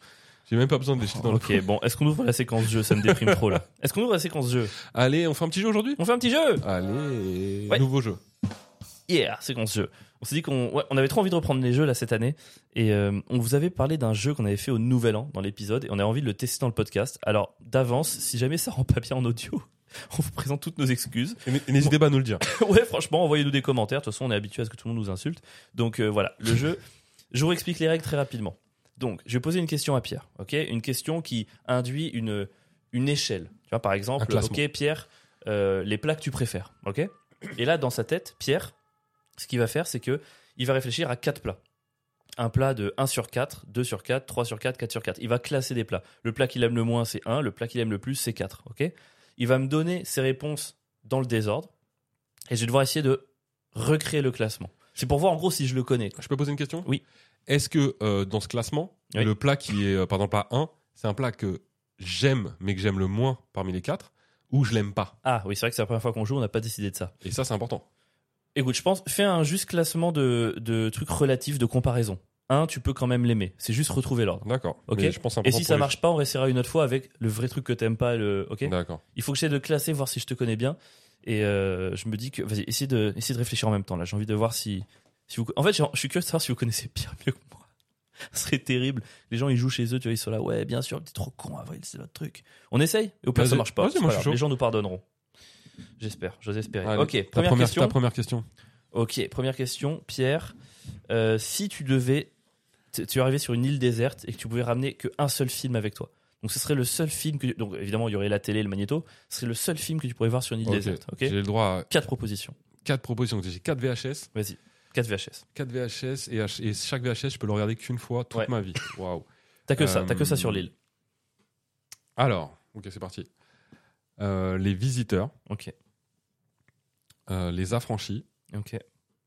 J'ai même pas besoin de les jeter dans le Ok, bon, est-ce qu'on ouvre la séquence jeu? Ça me déprime trop là. Est-ce qu'on ouvre la séquence jeu? Allez, on fait un petit jeu aujourd'hui? On fait un petit jeu. Allez, Ouais. nouveau jeu. Yeah, séquence jeu. On s'est dit on avait trop envie de reprendre les jeux là cette année et on vous avait parlé d'un jeu qu'on avait fait au Nouvel An dans l'épisode et on a envie de le tester dans le podcast. Alors d'avance, si jamais ça rend pas bien en audio, on vous présente toutes nos excuses. Et n'hésitez pas à nous le dire. Ouais, franchement, envoyez-nous des commentaires. De toute façon, on est habitué à ce que tout le monde nous insulte. Donc voilà, le jeu, je vous explique les règles très rapidement. Donc, je vais poser une question à Pierre, ok? Une question qui induit une échelle. Tu vois, par exemple, ok, Pierre, les plats que tu préfères, ok? Et là, dans sa tête, Pierre, ce qu'il va faire, c'est que il va réfléchir à 4 plats. Un plat de 1 sur 4, 2 sur 4, 3 sur 4, 4 sur 4. Il va classer des plats. Le plat qu'il aime le moins, c'est 1. Le plat qu'il aime le plus, c'est 4, ok? Il va me donner ses réponses dans le désordre. Et je vais devoir essayer de recréer le classement. C'est pour voir en gros si je le connais, quoi. Je peux poser une question? Oui. Est-ce que dans ce classement, Oui. le plat qui est, par exemple, plat 1, c'est un plat que j'aime, mais que j'aime le moins parmi les 4, ou je l'aime pas? Ah oui, c'est vrai que c'est la première fois qu'on joue, on n'a pas décidé de ça. Et ça, c'est important. Écoute, je pense, fais un juste classement de trucs relatifs, de comparaison. Un, tu peux quand même l'aimer. C'est juste retrouver l'ordre. D'accord. Ok. Mais je pense que c'est Et important si pour ça les- marche pas, on essaiera une autre fois avec le vrai truc que t'aimes pas. Ok. D'accord. Il faut que j'essaie de classer, voir si je te connais bien. Et je me dis que, vas-y, essaye de réfléchir en même temps. Là, j'ai envie de voir si vous. En fait, je suis curieux de savoir si vous connaissez bien mieux que moi. Ce serait terrible. Les gens, ils jouent chez eux, tu vois, ils sont là, ouais, bien sûr, t'es trop con, Avril, c'est votre truc. On essaye. Et au pire, Vas-y. ça marche pas. Vas-y, C'est moi, pas je suis grave. chaud. Les gens nous pardonneront. J'espère. J'ose espérer. Allez, Ok. ta première question. Ok, première question, Pierre. Si tu devais, tu es arrivé sur une île déserte et que tu pouvais ramener qu'un seul film avec toi. Donc ce serait le seul film que, donc évidemment il y aurait la télé, le magnéto. Ce serait le seul film que tu pourrais voir sur une île Ok. déserte. Ok. J'ai le droit à 4 propositions. 4 propositions. J'ai 4 VHS. Vas-y. 4 VHS. 4 VHS et chaque VHS, je peux le regarder qu'une fois toute Ouais. ma vie. Waouh. T'as que ça sur l'île. Alors, ok, c'est parti. Les Visiteurs, Ok. Les Affranchis, Ok.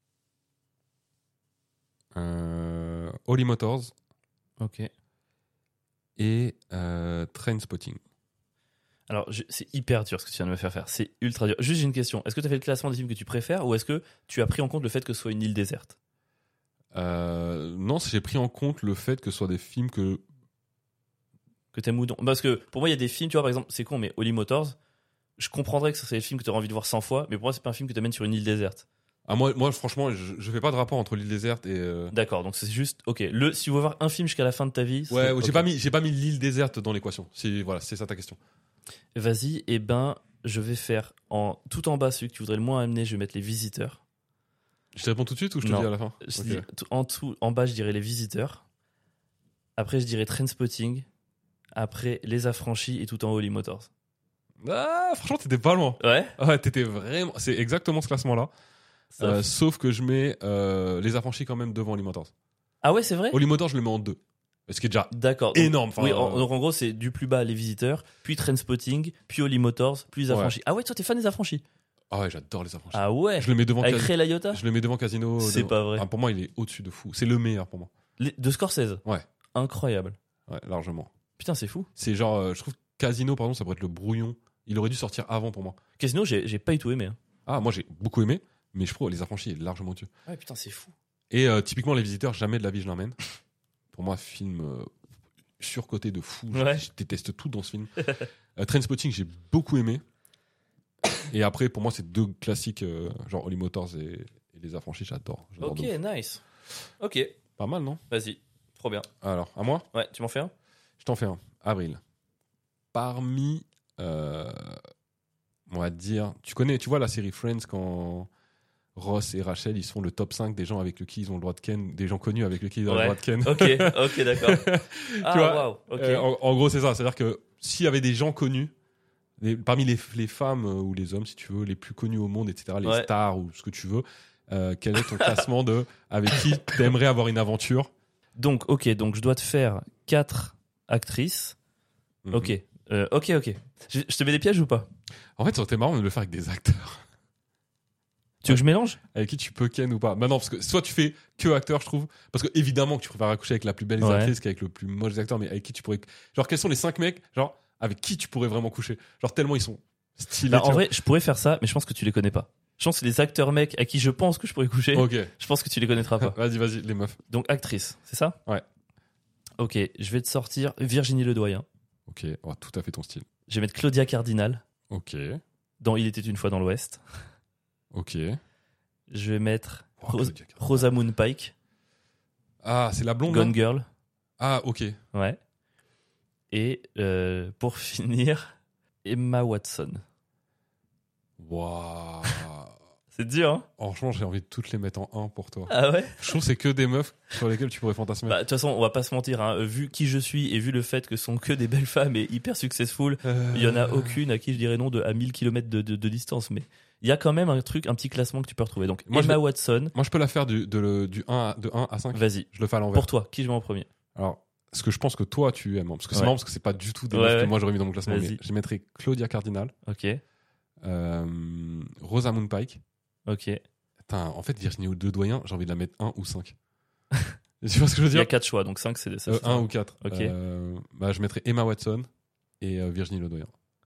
Holly Motors Ok. et Trainspotting. Alors c'est hyper dur ce que tu viens de me faire faire. C'est ultra dur. Juste j'ai une question. Est-ce que tu as fait le classement des films que tu préfères ou est-ce que tu as pris en compte le fait que ce soit une île déserte? Non, j'ai pris en compte le fait que ce soit des films que... Que t'aimes ou non? Parce que pour moi il y a des films, tu vois par exemple, c'est con mais Holly Motors, je comprendrais que ça c'est le film que tu aurais envie de voir 100 fois, mais pour moi c'est pas un film que t'amènes sur une île déserte. Ah, moi franchement, je fais pas de rapport entre l'île déserte et... D'accord, donc c'est juste, ok, si tu veux voir un film jusqu'à la fin de ta vie... Ouais, c'est- j'ai ok. pas mis l'île déserte dans l'équation. Voilà, c'est ça ta question. Vas-y, et ben, je vais faire tout en bas celui que tu voudrais le moins amener, je vais mettre les visiteurs. Je te réponds tout de suite ou je te Non. dis à la fin? Je Ok. dis, en bas, je dirais les visiteurs. Après, je dirais Trainspotting. Après, les affranchis et tout en haut, Holly Motors. Ah, franchement, t'étais pas loin. Ouais. Ouais, t'étais vraiment... C'est exactement ce classement-là. Sauf que je mets Les Affranchis quand même devant Holly Motors. Ah ouais, c'est vrai? Holly Motors, je le mets en 2. Ce qui est déjà D'accord. Donc, énorme. Enfin, oui, donc en gros, c'est du plus bas les visiteurs, puis Trainspotting, puis Holly Motors, puis les Ouais. affranchis. Ah ouais, toi, t'es fan des affranchis? Ah ouais, j'adore Les Affranchis. Ah ouais. Je le mets devant Avec Casino. Ray Liotta? Je le mets devant Casino. C'est devant- pas vrai. Ah, pour moi, il est au-dessus de fou. C'est le meilleur pour moi. De Scorsese? Ouais. Incroyable. Ouais, largement. Putain, c'est fou. C'est genre, je trouve Casino, par exemple, ça pourrait être le brouillon. Il aurait dû sortir avant pour moi. Casino, j'ai pas du tout aimé. Hein. Ah, moi, j'ai beaucoup aimé, mais je trouve Les Affranchis est largement au-dessus. Ouais, putain, c'est fou. Et typiquement, Les Visiteurs, jamais de la vie je l'emmène. Pour moi, film surcoté de fou. Ouais. Je déteste tout dans ce film. Trainspotting, j'ai beaucoup aimé. Et après, pour moi, c'est 2 classiques, genre Holly Motors et Les Affranchis, j'adore. J'adore Ok, de ouf. nice. Ok, Pas mal, non? vas-y. Trop bien. Alors, à moi? Ouais, tu m'en fais un? Je t'en fais un. Avril. Parmi, on va dire, tu vois la série Friends quand Ross et Rachel ils se font le top 5 des gens avec qui ils ont le droit de ken, des gens connus avec qui ils ont Ouais. le droit de ken. Ok, d'accord. Ah, vois, waouh, ok. En gros, c'est ça. C'est-à-dire que s'il y avait des gens connus, parmi les femmes ou les hommes, si tu veux, les plus connus au monde, etc., les Ouais. stars ou ce que tu veux, quel est ton classement de avec qui t'aimerais avoir une aventure? Donc, ok, donc je dois te faire 4 actrices. Mhm. Ok, ok. Je te mets des pièges ou pas? En fait, ça aurait été marrant de le faire avec des acteurs. Tu veux que je mélange? Avec qui tu peux ken ou pas? Bah non, parce que soit tu fais que acteur, je trouve. Parce que évidemment que tu préfères accoucher avec la plus belle des Ouais. actrices qu'avec le plus moche des acteurs, mais avec qui tu pourrais. Genre, quels sont les 5 mecs, genre, avec qui tu pourrais vraiment coucher? Genre, tellement ils sont stylés. Bah, en vrai, je pourrais faire ça, mais je pense que tu les connais pas. Je pense que les acteurs mecs à qui je pense que je pourrais coucher, Ok. je pense que tu les connaîtras pas. Vas-y, les meufs. Donc, actrice, c'est ça? Ouais. Ok, je vais te sortir Virginie Ledoyen. Ok, oh, tout à fait ton style. Je vais mettre Claudia Cardinal Ok, dans Il était une fois dans l'Ouest. ok. Je vais mettre Oh, Claudia Cardinal. Rosamund Pike, Ah, c'est la blonde là Gone Girl. Ah, ok. Ouais. Et pour finir, Emma Watson. Waouh. C'est dur, hein? Franchement, j'ai envie de toutes les mettre en 1 pour toi. Ah ouais? Je trouve que c'est que des meufs sur lesquelles tu pourrais fantasmer. Bah, de toute façon, on va pas se mentir, hein. Vu qui je suis et vu le fait que ce sont que des belles femmes et hyper successful, il y en a aucune à qui je dirais non à 1000 km de distance. Mais il y a quand même un petit classement que tu peux retrouver. Donc, Moi, Emma Watson, Moi, je peux la faire du 1 à 5. vas-y. Je le fais à l'envers. Pour toi, qui je mets en premier? Alors, ce que je pense que toi, tu aimes, parce que c'est Ouais. marrant, parce que c'est pas du tout des Ouais, meufs ouais. que moi j'aurais mis dans mon classement. Vas-y. Mais je mettrais Claudia Cardinal, Ok, Rosamund Pike. ok. Putain, en fait, Virginie Ledoyen, j'ai envie de la mettre 1 ou 5. Tu vois ce que je veux Il y a dire 4 choix, donc 5 c'est ça. 1 ou 4. Ok. Bah, je mettrais Emma Watson et Virginie Ledoyen.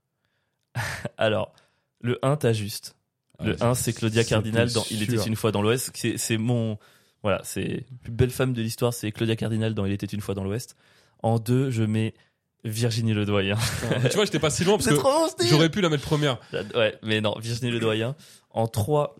Alors, le 1, t'as juste. Le 1, c'est Claudia Cardinal dans Il était une fois dans l'Ouest. C'est mon. Voilà, c'est la plus belle femme de l'histoire, c'est Claudia Cardinal dans Il était une fois dans l'Ouest. En 2, je mets Virginie Ledoyen. Tu vois, j'étais pas si loin parce C'est que trop mon style. j'aurais pu la mettre première. Ouais, mais non, Virginie Ledoyen. En 3,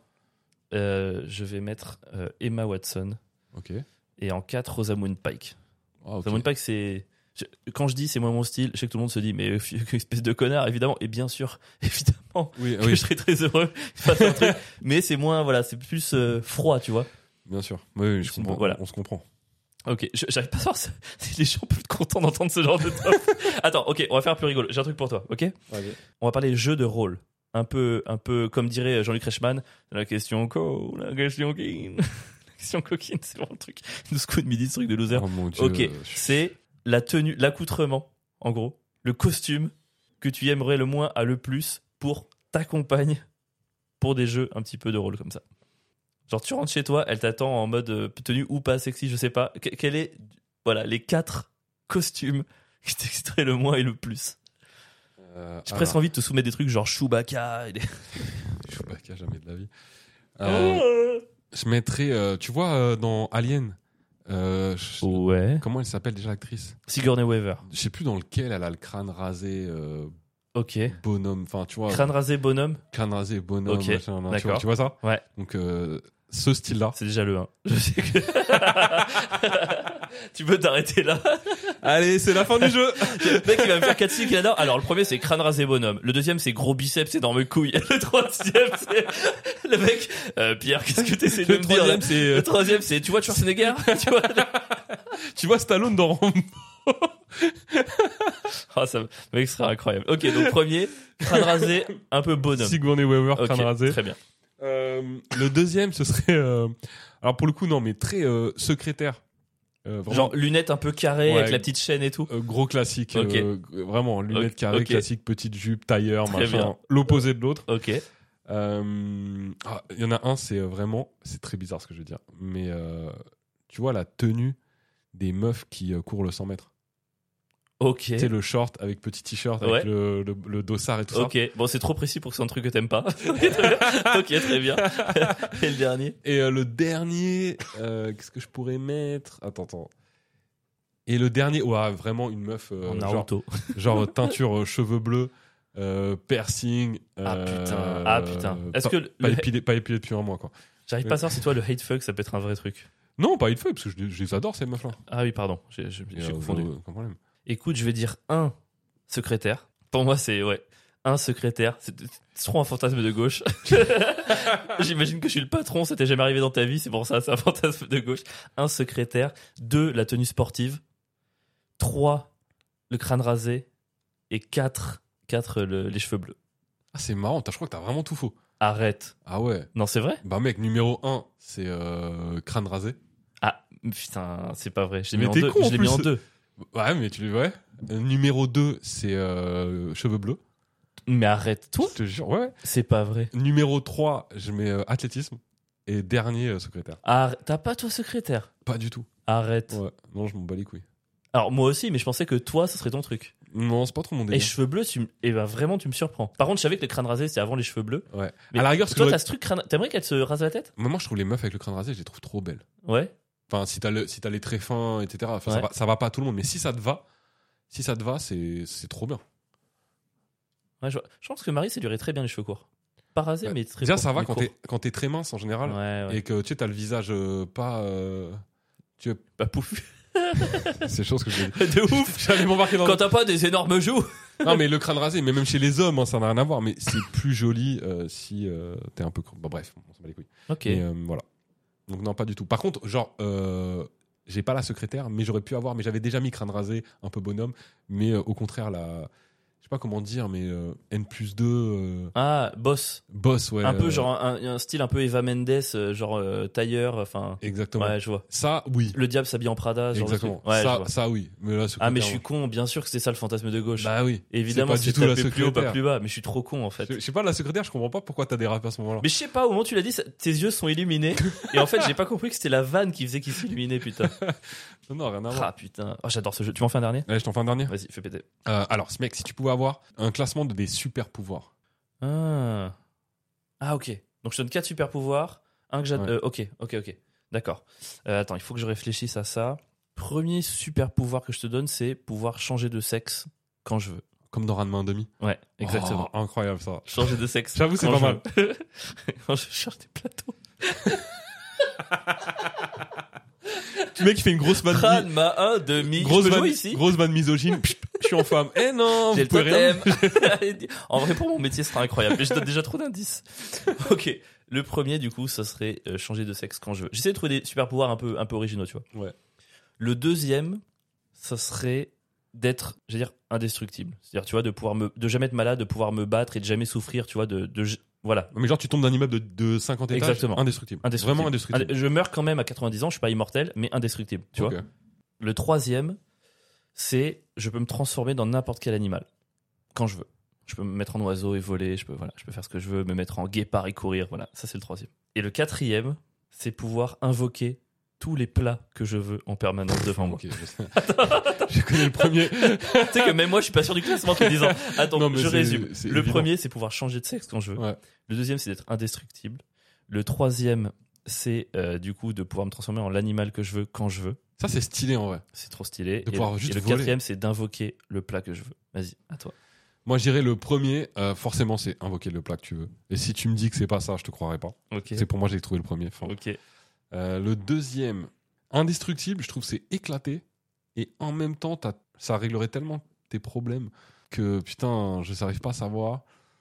je vais mettre Emma Watson. Ok. Et en 4, Rosamund Pike. Ah, ok. Rosamund Pike, c'est. Quand je dis c'est moi mon style, je sais que tout le monde se dit mais espèce de connard, évidemment. Et bien sûr, évidemment, Oui, que oui, je serais très heureux qu'il fasse un truc. Mais c'est moins, voilà, c'est plus froid, tu vois. bien sûr. Oui, je C'est comprends. bon, voilà. On se comprend. Ok, j'arrive pas à savoir si les gens peuvent être contents d'entendre ce genre de top. Attends, ok, on va faire plus rigolo. J'ai un truc pour toi, ok? On va parler jeu de rôle. Un peu comme dirait Jean-Luc Reichmann, la question la question coquine. La question coquine, c'est vraiment le truc. Nous coup de midi, ce truc de loser. Oh mon Dieu. Ok, c'est la tenue, l'accoutrement, en gros, le costume que tu aimerais le moins à le plus pour ta compagne pour des jeux un petit peu de rôle comme ça. Genre tu rentres chez toi, elle t'attend en mode tenue ou pas sexy, je sais pas. Quel est, voilà, les 4 costumes qui t'extraient le moins et le plus? J'ai presque envie de te soumettre des trucs genre Chewbacca. Chewbacca, jamais de la vie. Je mettrais, tu vois, dans Alien. Ouais. Comment elle s'appelle déjà l'actrice? Sigourney Weaver. Je sais plus dans lequel elle a le crâne rasé, Ok. bonhomme. Enfin, tu vois. Crâne rasé bonhomme. Crâne rasé, bonhomme. Ok, Machin, là, d'accord. tu vois ça? Ouais. Donc, ce style-là. C'est déjà le 1. Je sais que... Tu peux t'arrêter là. Allez, c'est la fin du jeu. Le mec, il va me faire 4 styles qu'il adore. Alors, le premier, c'est crâne rasé bonhomme. Le deuxième, c'est gros biceps, énorme couille. Le troisième, c'est... Le mec, Pierre, qu'est-ce que t'essaies de Le me dire, là? troisième, c'est, Le troisième, c'est, tu vois Schwarzenegger? Tu vois? tu vois Stallone dans Rambo. Ah, ça, le mec serait incroyable. Ok, donc premier, crâne rasé, un peu bonhomme. Sigourney Weaver, Ok, crâne rasé. très bien. Le deuxième, ce serait, alors pour le coup, non, mais très secrétaire. Vraiment, Genre, lunettes un peu carrées, Ouais. avec la petite chaîne et tout. gros classique. Ok. Vraiment, lunettes Ok, carrées, ok. classique, petite jupe, tailleur, Très machin. bien. L'opposé de l'autre. Ok. Il y en a un, c'est vraiment, c'est très bizarre ce que je veux dire, mais tu vois la tenue des meufs qui courent le 100 mètres. Ok. Tu sais, le short avec petit t-shirt, Ouais. avec le dossard et tout Ok. Bon, c'est trop précis pour que c'est un truc que t'aimes pas. Ok, très bien. Et le dernier? ça. Et le dernier, qu'est-ce que je pourrais mettre? Attends. Et le dernier, ouais, vraiment une meuf, En genre, Naruto. genre teinture cheveux bleus, piercing. Ah putain. Est-ce que pas épilé depuis un mois, quoi. j'arrive pas à savoir si toi le hate fuck ça peut être un vrai truc. Non, pas une feuille, parce que je les adore ces meufs-là. Ah oui, pardon, j'ai confondu. Aucun problème. Écoute, je vais dire un secrétaire. Pour moi, c'est un secrétaire. C'est trop un fantasme de gauche. J'imagine que je suis le patron, ça t'est jamais arrivé dans ta vie, c'est pour ça, c'est un fantasme de gauche. Un secrétaire. 2, la tenue sportive. 3, le crâne rasé. Et 4, les cheveux bleus. Ah, c'est marrant, je crois que t'as vraiment tout faux. Arrête. Ah ouais. Non, c'est vrai? Bah mec, numéro 1, c'est crâne rasé. Ah, putain, c'est pas vrai. Je l'ai Mais mis en t'es 2. con, en Je l'ai mis en plus. 2. Ouais, mais tu le vois. Numéro 2, c'est cheveux bleus. Mais arrête-toi. Je te jure, ouais. C'est pas vrai. Numéro 3, je mets athlétisme. Et dernier, secrétaire. T'as pas toi secrétaire? Pas du tout. Arrête. Ouais, non, je m'en bats les couilles. Alors moi aussi, mais je pensais que toi, ce serait ton truc. Non, c'est pas trop mon Et délire. cheveux bleus, vraiment, tu me surprends. Par contre, je savais que le crâne rasé, c'était avant les cheveux bleus. Ouais. Mais à la rigueur, parce que toi, t'as ce truc crâne... T'aimerais qu'elle se rase la tête? moi, je trouve les meufs avec le crâne rasé, je les trouve trop belles. Ouais. Enfin, si t'as les traits fins, etc. Enfin, Ouais. ça va pas à tout le monde. Mais si ça te va, c'est trop bien. Ouais, je pense que Marie, ça lui irait très bien les cheveux courts. Pas rasé, mais très Déjà, court, ça va mais court. quand t'es très mince en général. Ouais. Et que tu sais, t'as le visage pas. Pas pouffu. C'est chose que j'ai. De ouf. J'allais m'embarquer dans. Quand t'as pas des énormes joues. Non, mais le crâne rasé, mais même chez les hommes, hein, ça n'a rien à voir. Mais c'est plus joli si t'es un peu. Bon, bref, on s'en bat les couilles. Ok. Et voilà. Donc, non, pas du tout. Par contre, genre, j'ai pas la secrétaire, mais j'aurais pu avoir. Mais j'avais déjà mis crâne rasé, un peu bonhomme. Mais au contraire, je sais pas comment dire, mais N+2. Ah, boss. Boss, ouais. Un peu genre un style un peu Eva Mendes, genre tailleur, enfin. Exactement. Ouais, je vois. Ça, oui. Le diable s'habille en Prada, genre de Exactement. truc. Ouais, je vois. Ça, oui. Mais là, Ah, mais je suis con, bien sûr que c'était ça le fantasme de gauche. Bah oui. Évidemment, c'est c'est pas du tout la taper plus haut, pas secrétaire. plus bas, mais je suis trop con en fait. Je sais pas, la secrétaire, je comprends pas pourquoi t'as dérapé à ce moment-là. Mais je sais pas, au moment où tu l'as dit, tes yeux sont illuminés. Et en fait, j'ai pas compris que c'était la vanne qui faisait qu'ils s'illuminaient, putain. Non, rien à voir. Ah putain. Oh, j'adore ce jeu. Tu m'en fais un dernier? Allez, je t'en fais un dernier. Vas-y, fais péter. Alors, mec, si tu pouvais avoir un classement de des super pouvoirs. Ah, ok. Donc je donne 4 super pouvoirs. Un que j'adore. Ouais. Ok. D'accord. Attends, il faut que je réfléchisse à ça. Premier super pouvoir que je te donne, c'est pouvoir changer de sexe quand je veux. Comme dans Ranma 1/2. Ouais, exactement. Oh, incroyable ça. Changer de sexe. J'avoue, c'est quand pas je veux. Quand je cherche des plateaux. Le mec, il fait une grosse vanne. Ranma 1/2. Grosse Je peux vanne jouer ici. Grosse vanne misogyne. Pff, je suis en femme. Eh non, J'ai vous pouvez le rien. totem. En vrai, pour mon métier, ce sera incroyable. Mais je donne déjà trop d'indices. Ok. Le premier, du coup, ça serait changer de sexe quand je veux. J'essaie de trouver des super pouvoirs un peu originaux, tu vois. Ouais. Le deuxième, ça serait d'être, j'allais dire, indestructible. C'est-à-dire, tu vois, de jamais être malade, de pouvoir me battre et de jamais souffrir, tu vois, voilà. Mais genre, tu tombes d'un immeuble de 50 étages. Exactement. Indestructible. Indestructible. Vraiment indestructible. Je meurs quand même à 90 ans, je suis pas immortel, mais indestructible, tu Ok. vois. Le troisième, c'est je peux me transformer dans n'importe quel animal quand je veux. Je peux me mettre en oiseau et voler, je peux faire ce que je veux, me mettre en guépard et courir, voilà, ça c'est le troisième. Et le quatrième, c'est pouvoir invoquer tous les plats que je veux en permanence devant moi. Ok, je sais. Je connais le premier. Tu sais que même moi je suis pas sûr du classement en te disant. Attends, Non, mais je c'est- résume. c'est Le évident. premier, c'est pouvoir changer de sexe quand je veux. Ouais. Le deuxième, c'est d'être indestructible. Le troisième, c'est du coup de pouvoir me transformer en l'animal que je veux quand je veux. Ça, c'est stylé en vrai. C'est trop stylé. De pouvoir juste le voler. quatrième, c'est d'invoquer le plat que je veux. Vas-y, à toi. Moi, je dirais le premier, forcément, c'est invoquer le plat que tu veux. Et si tu me dis que c'est pas ça, je te croirais pas. Ok. C'est pour moi, j'ai trouvé le premier. Enfin, Ok. le deuxième, indestructible, je trouve c'est éclaté. Et en même temps, ça réglerait tellement tes problèmes que putain, je n'arrive pas à savoir.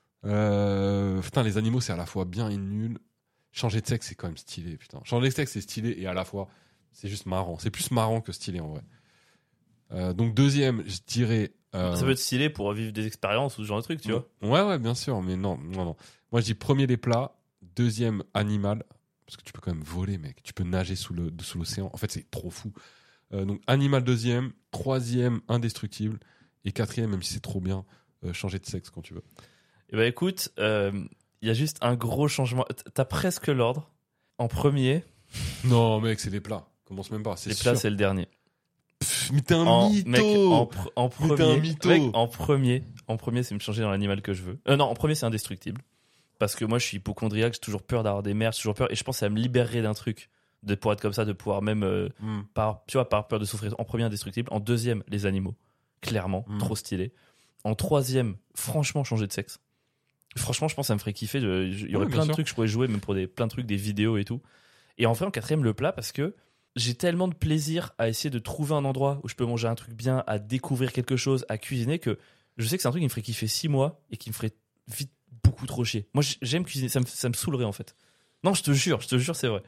Putain, les animaux, c'est à la fois bien et nul. Changer de sexe, c'est quand même stylé, putain. Changer de sexe, c'est stylé et à la fois, c'est juste marrant. C'est plus marrant que stylé en vrai. Donc, deuxième, je dirais. Ça peut être stylé pour vivre des expériences ou ce genre de truc, tu vois. Ouais, bien sûr, mais non. Moi, je dis premier les plats, deuxième animal, parce que tu peux quand même voler, mec. Tu peux nager sous l'océan. En fait, c'est trop fou. Donc, animal deuxième, troisième, indestructible, et quatrième, même si c'est trop bien, changer de sexe quand tu veux. Et bah écoute, il y a juste un gros changement. T'as presque l'ordre. En premier, Non, mec, c'est les plats. Commence même pas. C'est les sûr. plats, c'est le dernier. Pff, mais t'es un Mec, mytho. en Mais t'es un premier, mytho. mec, en premier, c'est me changer dans l'animal que je veux. Non, en premier, c'est indestructible. Parce que moi, je suis hypochondriaque, j'ai toujours peur d'avoir des merdes, j'ai toujours peur. Et je pense que ça me libérerait d'un truc, de pouvoir être comme ça, de pouvoir même, par peur de souffrir. En premier, indestructible. En deuxième, les animaux. Clairement, trop stylé. En troisième, franchement, changer de sexe. Franchement, je pense que ça me ferait kiffer. Il y aurait Ouais, plein bien de sûr. trucs que je pourrais jouer, même pour plein de trucs, des vidéos et tout. Et en vrai, en quatrième, le plat, parce que j'ai tellement de plaisir à essayer de trouver un endroit où je peux manger un truc bien, à découvrir quelque chose, à cuisiner, que je sais que c'est un truc qui me ferait kiffer 6 mois et qui me ferait vite beaucoup trop chier. Moi, j'aime cuisiner, ça me saoulerait en fait. Non, je te jure, c'est vrai.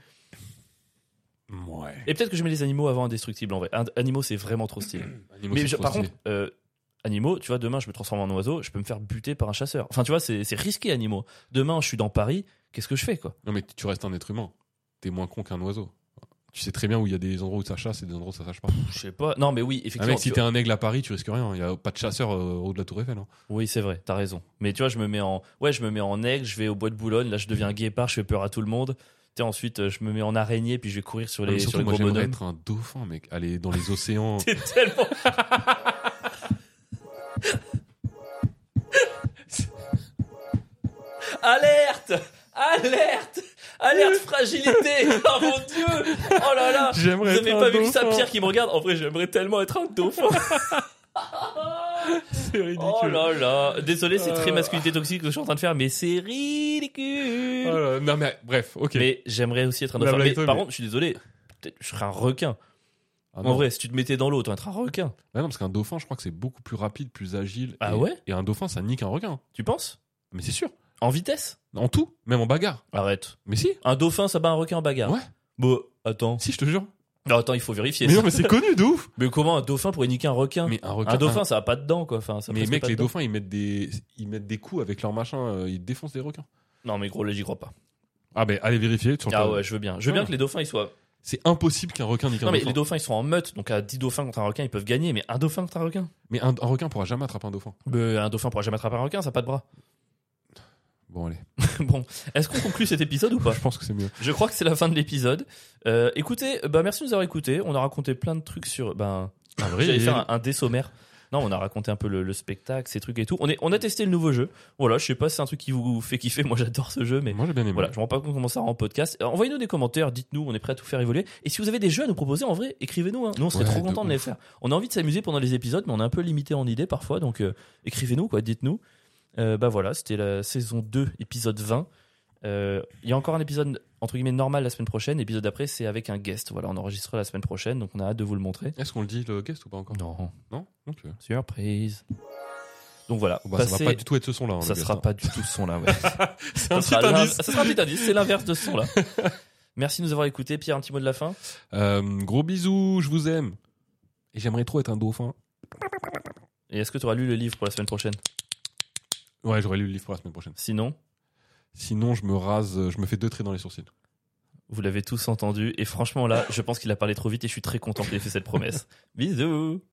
Ouais. Et peut-être que je mets les animaux avant indestructibles en vrai. Animaux, c'est vraiment trop stylé. Animaux, Mais c'est trop par stylé. contre, animaux, tu vois, demain je me transforme en oiseau, je peux me faire buter par un chasseur. Enfin, tu vois, c'est risqué, animaux. Demain, je suis dans Paris, qu'est-ce que je fais, quoi? Non, mais tu restes un être humain. T'es moins con qu'un oiseau. Tu sais très bien où il y a des endroits où ça chasse et des endroits où ça chasse pas. Je sais pas. Non, mais oui, Ah, effectivement. mec, si t'es un aigle à Paris, tu risques rien. Il y a pas de chasseur au haut de la Tour Eiffel. Hein. Oui, c'est vrai, t'as raison. Mais tu vois, je me mets en aigle, je vais au bois de Boulogne, là je deviens un guépard, je fais peur à tout le monde. Tu sais, ensuite, je me mets en araignée, puis je vais courir sur Non, mais les surtout, moi, gros j'aimerais bonhommes. être un dauphin, mec. Aller dans les océans. T'es tellement. Alerte! Alerte! Alerte, fragilité. Oh mon Dieu. Oh là là. J'aimerais Vous être avez un pas vu ça, dauphin. Pierre qui me regarde. En vrai, j'aimerais tellement être un dauphin. C'est ridicule. Oh là là. Désolé, c'est très masculinité toxique que je suis en train de faire, mais c'est ridicule. Oh là, non mais bref, ok. Mais j'aimerais aussi être un La dauphin. blague Mais toi, par mais- contre, je suis désolé. Peut-être je serais un requin. Ah, En non. vrai, si tu te mettais dans l'eau, autant être un requin. Ah non, parce qu'un dauphin, je crois que c'est beaucoup plus rapide, plus agile. Ah et, ouais et un dauphin, ça nique un requin. Tu penses? Mais c'est sûr. En vitesse? En tout, même en bagarre. Arrête. Mais si, Un dauphin, ça bat un requin en bagarre. Ouais. Bon, attends. si, je te jure. Non, attends, il faut vérifier Mais ça. non, mais c'est connu de ouf. Mais comment un dauphin pourrait niquer un requin? Mais un requin. Un dauphin, ça a pas de dents, quoi. Enfin, ça a Mais presque mec, pas de les dents. dauphins, ils mettent des coups avec leur machin, ils défoncent les requins. Non, mais gros, là, j'y crois pas. Ah ben, allez vérifier. Sur Ah le- ouais, je veux bien. Je veux bien que les dauphins, ils soient. C'est impossible qu'un requin nique un Non, mais dauphin. les dauphins, ils sont en meute. Donc, à 10 dauphins contre un requin, ils peuvent gagner. Mais un dauphin contre un requin? Mais un requin pourra jamais attraper un dauphin. Un dauphin pourra jamais attraper un requin, ça a pas de bras. Bon, allez. Bon, est-ce qu'on conclut cet épisode ou pas? Je pense que c'est mieux. Je crois que c'est la fin de l'épisode. Écoutez, merci de nous avoir écoutés. On a raconté plein de trucs sur. J'allais faire un dé sommaire. Non, on a raconté un peu le spectacle, ces trucs et tout. On a testé le nouveau jeu. Voilà, je sais pas si c'est un truc qui vous fait kiffer. Moi, j'adore ce jeu, mais Moi, j'ai bien aimé. voilà, je me rends pas compte comment ça rend en podcast. Envoyez-nous des commentaires, dites-nous, on est prêt à tout faire évoluer. Et si vous avez des jeux à nous proposer, en vrai, écrivez-nous. Hein. Nous, on serait Ouais, trop de contents de les ouf. faire. On a envie de s'amuser pendant les épisodes, mais on est un peu limité en idées parfois. Donc, écrivez-nous, quoi, dites-nous. Voilà, c'était la saison 2, épisode 20. Il y a encore un épisode entre guillemets normal la semaine prochaine. L'épisode d'après, c'est avec un guest. Voilà, on enregistrera la semaine prochaine, donc on a hâte de vous le montrer. Est-ce qu'on le dit, le guest, ou pas encore? Non, Non. Ok. surprise. Donc voilà, Bon, bah, ça passez- va pas du tout être ce son-là. hein, ça le guest, sera hein. pas du tout ce son-là. Ouais. C'est ça, un sera petit l'in- indice. ça sera un petit indice, c'est l'inverse de ce son-là. Merci de nous avoir écoutés. Pierre, un petit mot de la fin. Gros bisous, je vous aime. Et j'aimerais trop être un dauphin. Et est-ce que tu auras lu le livre pour la semaine prochaine? Ouais, j'aurais lu le livre pour la semaine prochaine. Sinon, Sinon, je me rase, je me fais 2 traits dans les sourcils. vous l'avez tous entendu. Et franchement, là, je pense qu'il a parlé trop vite et je suis très content qu'il ait fait cette promesse. Bisous.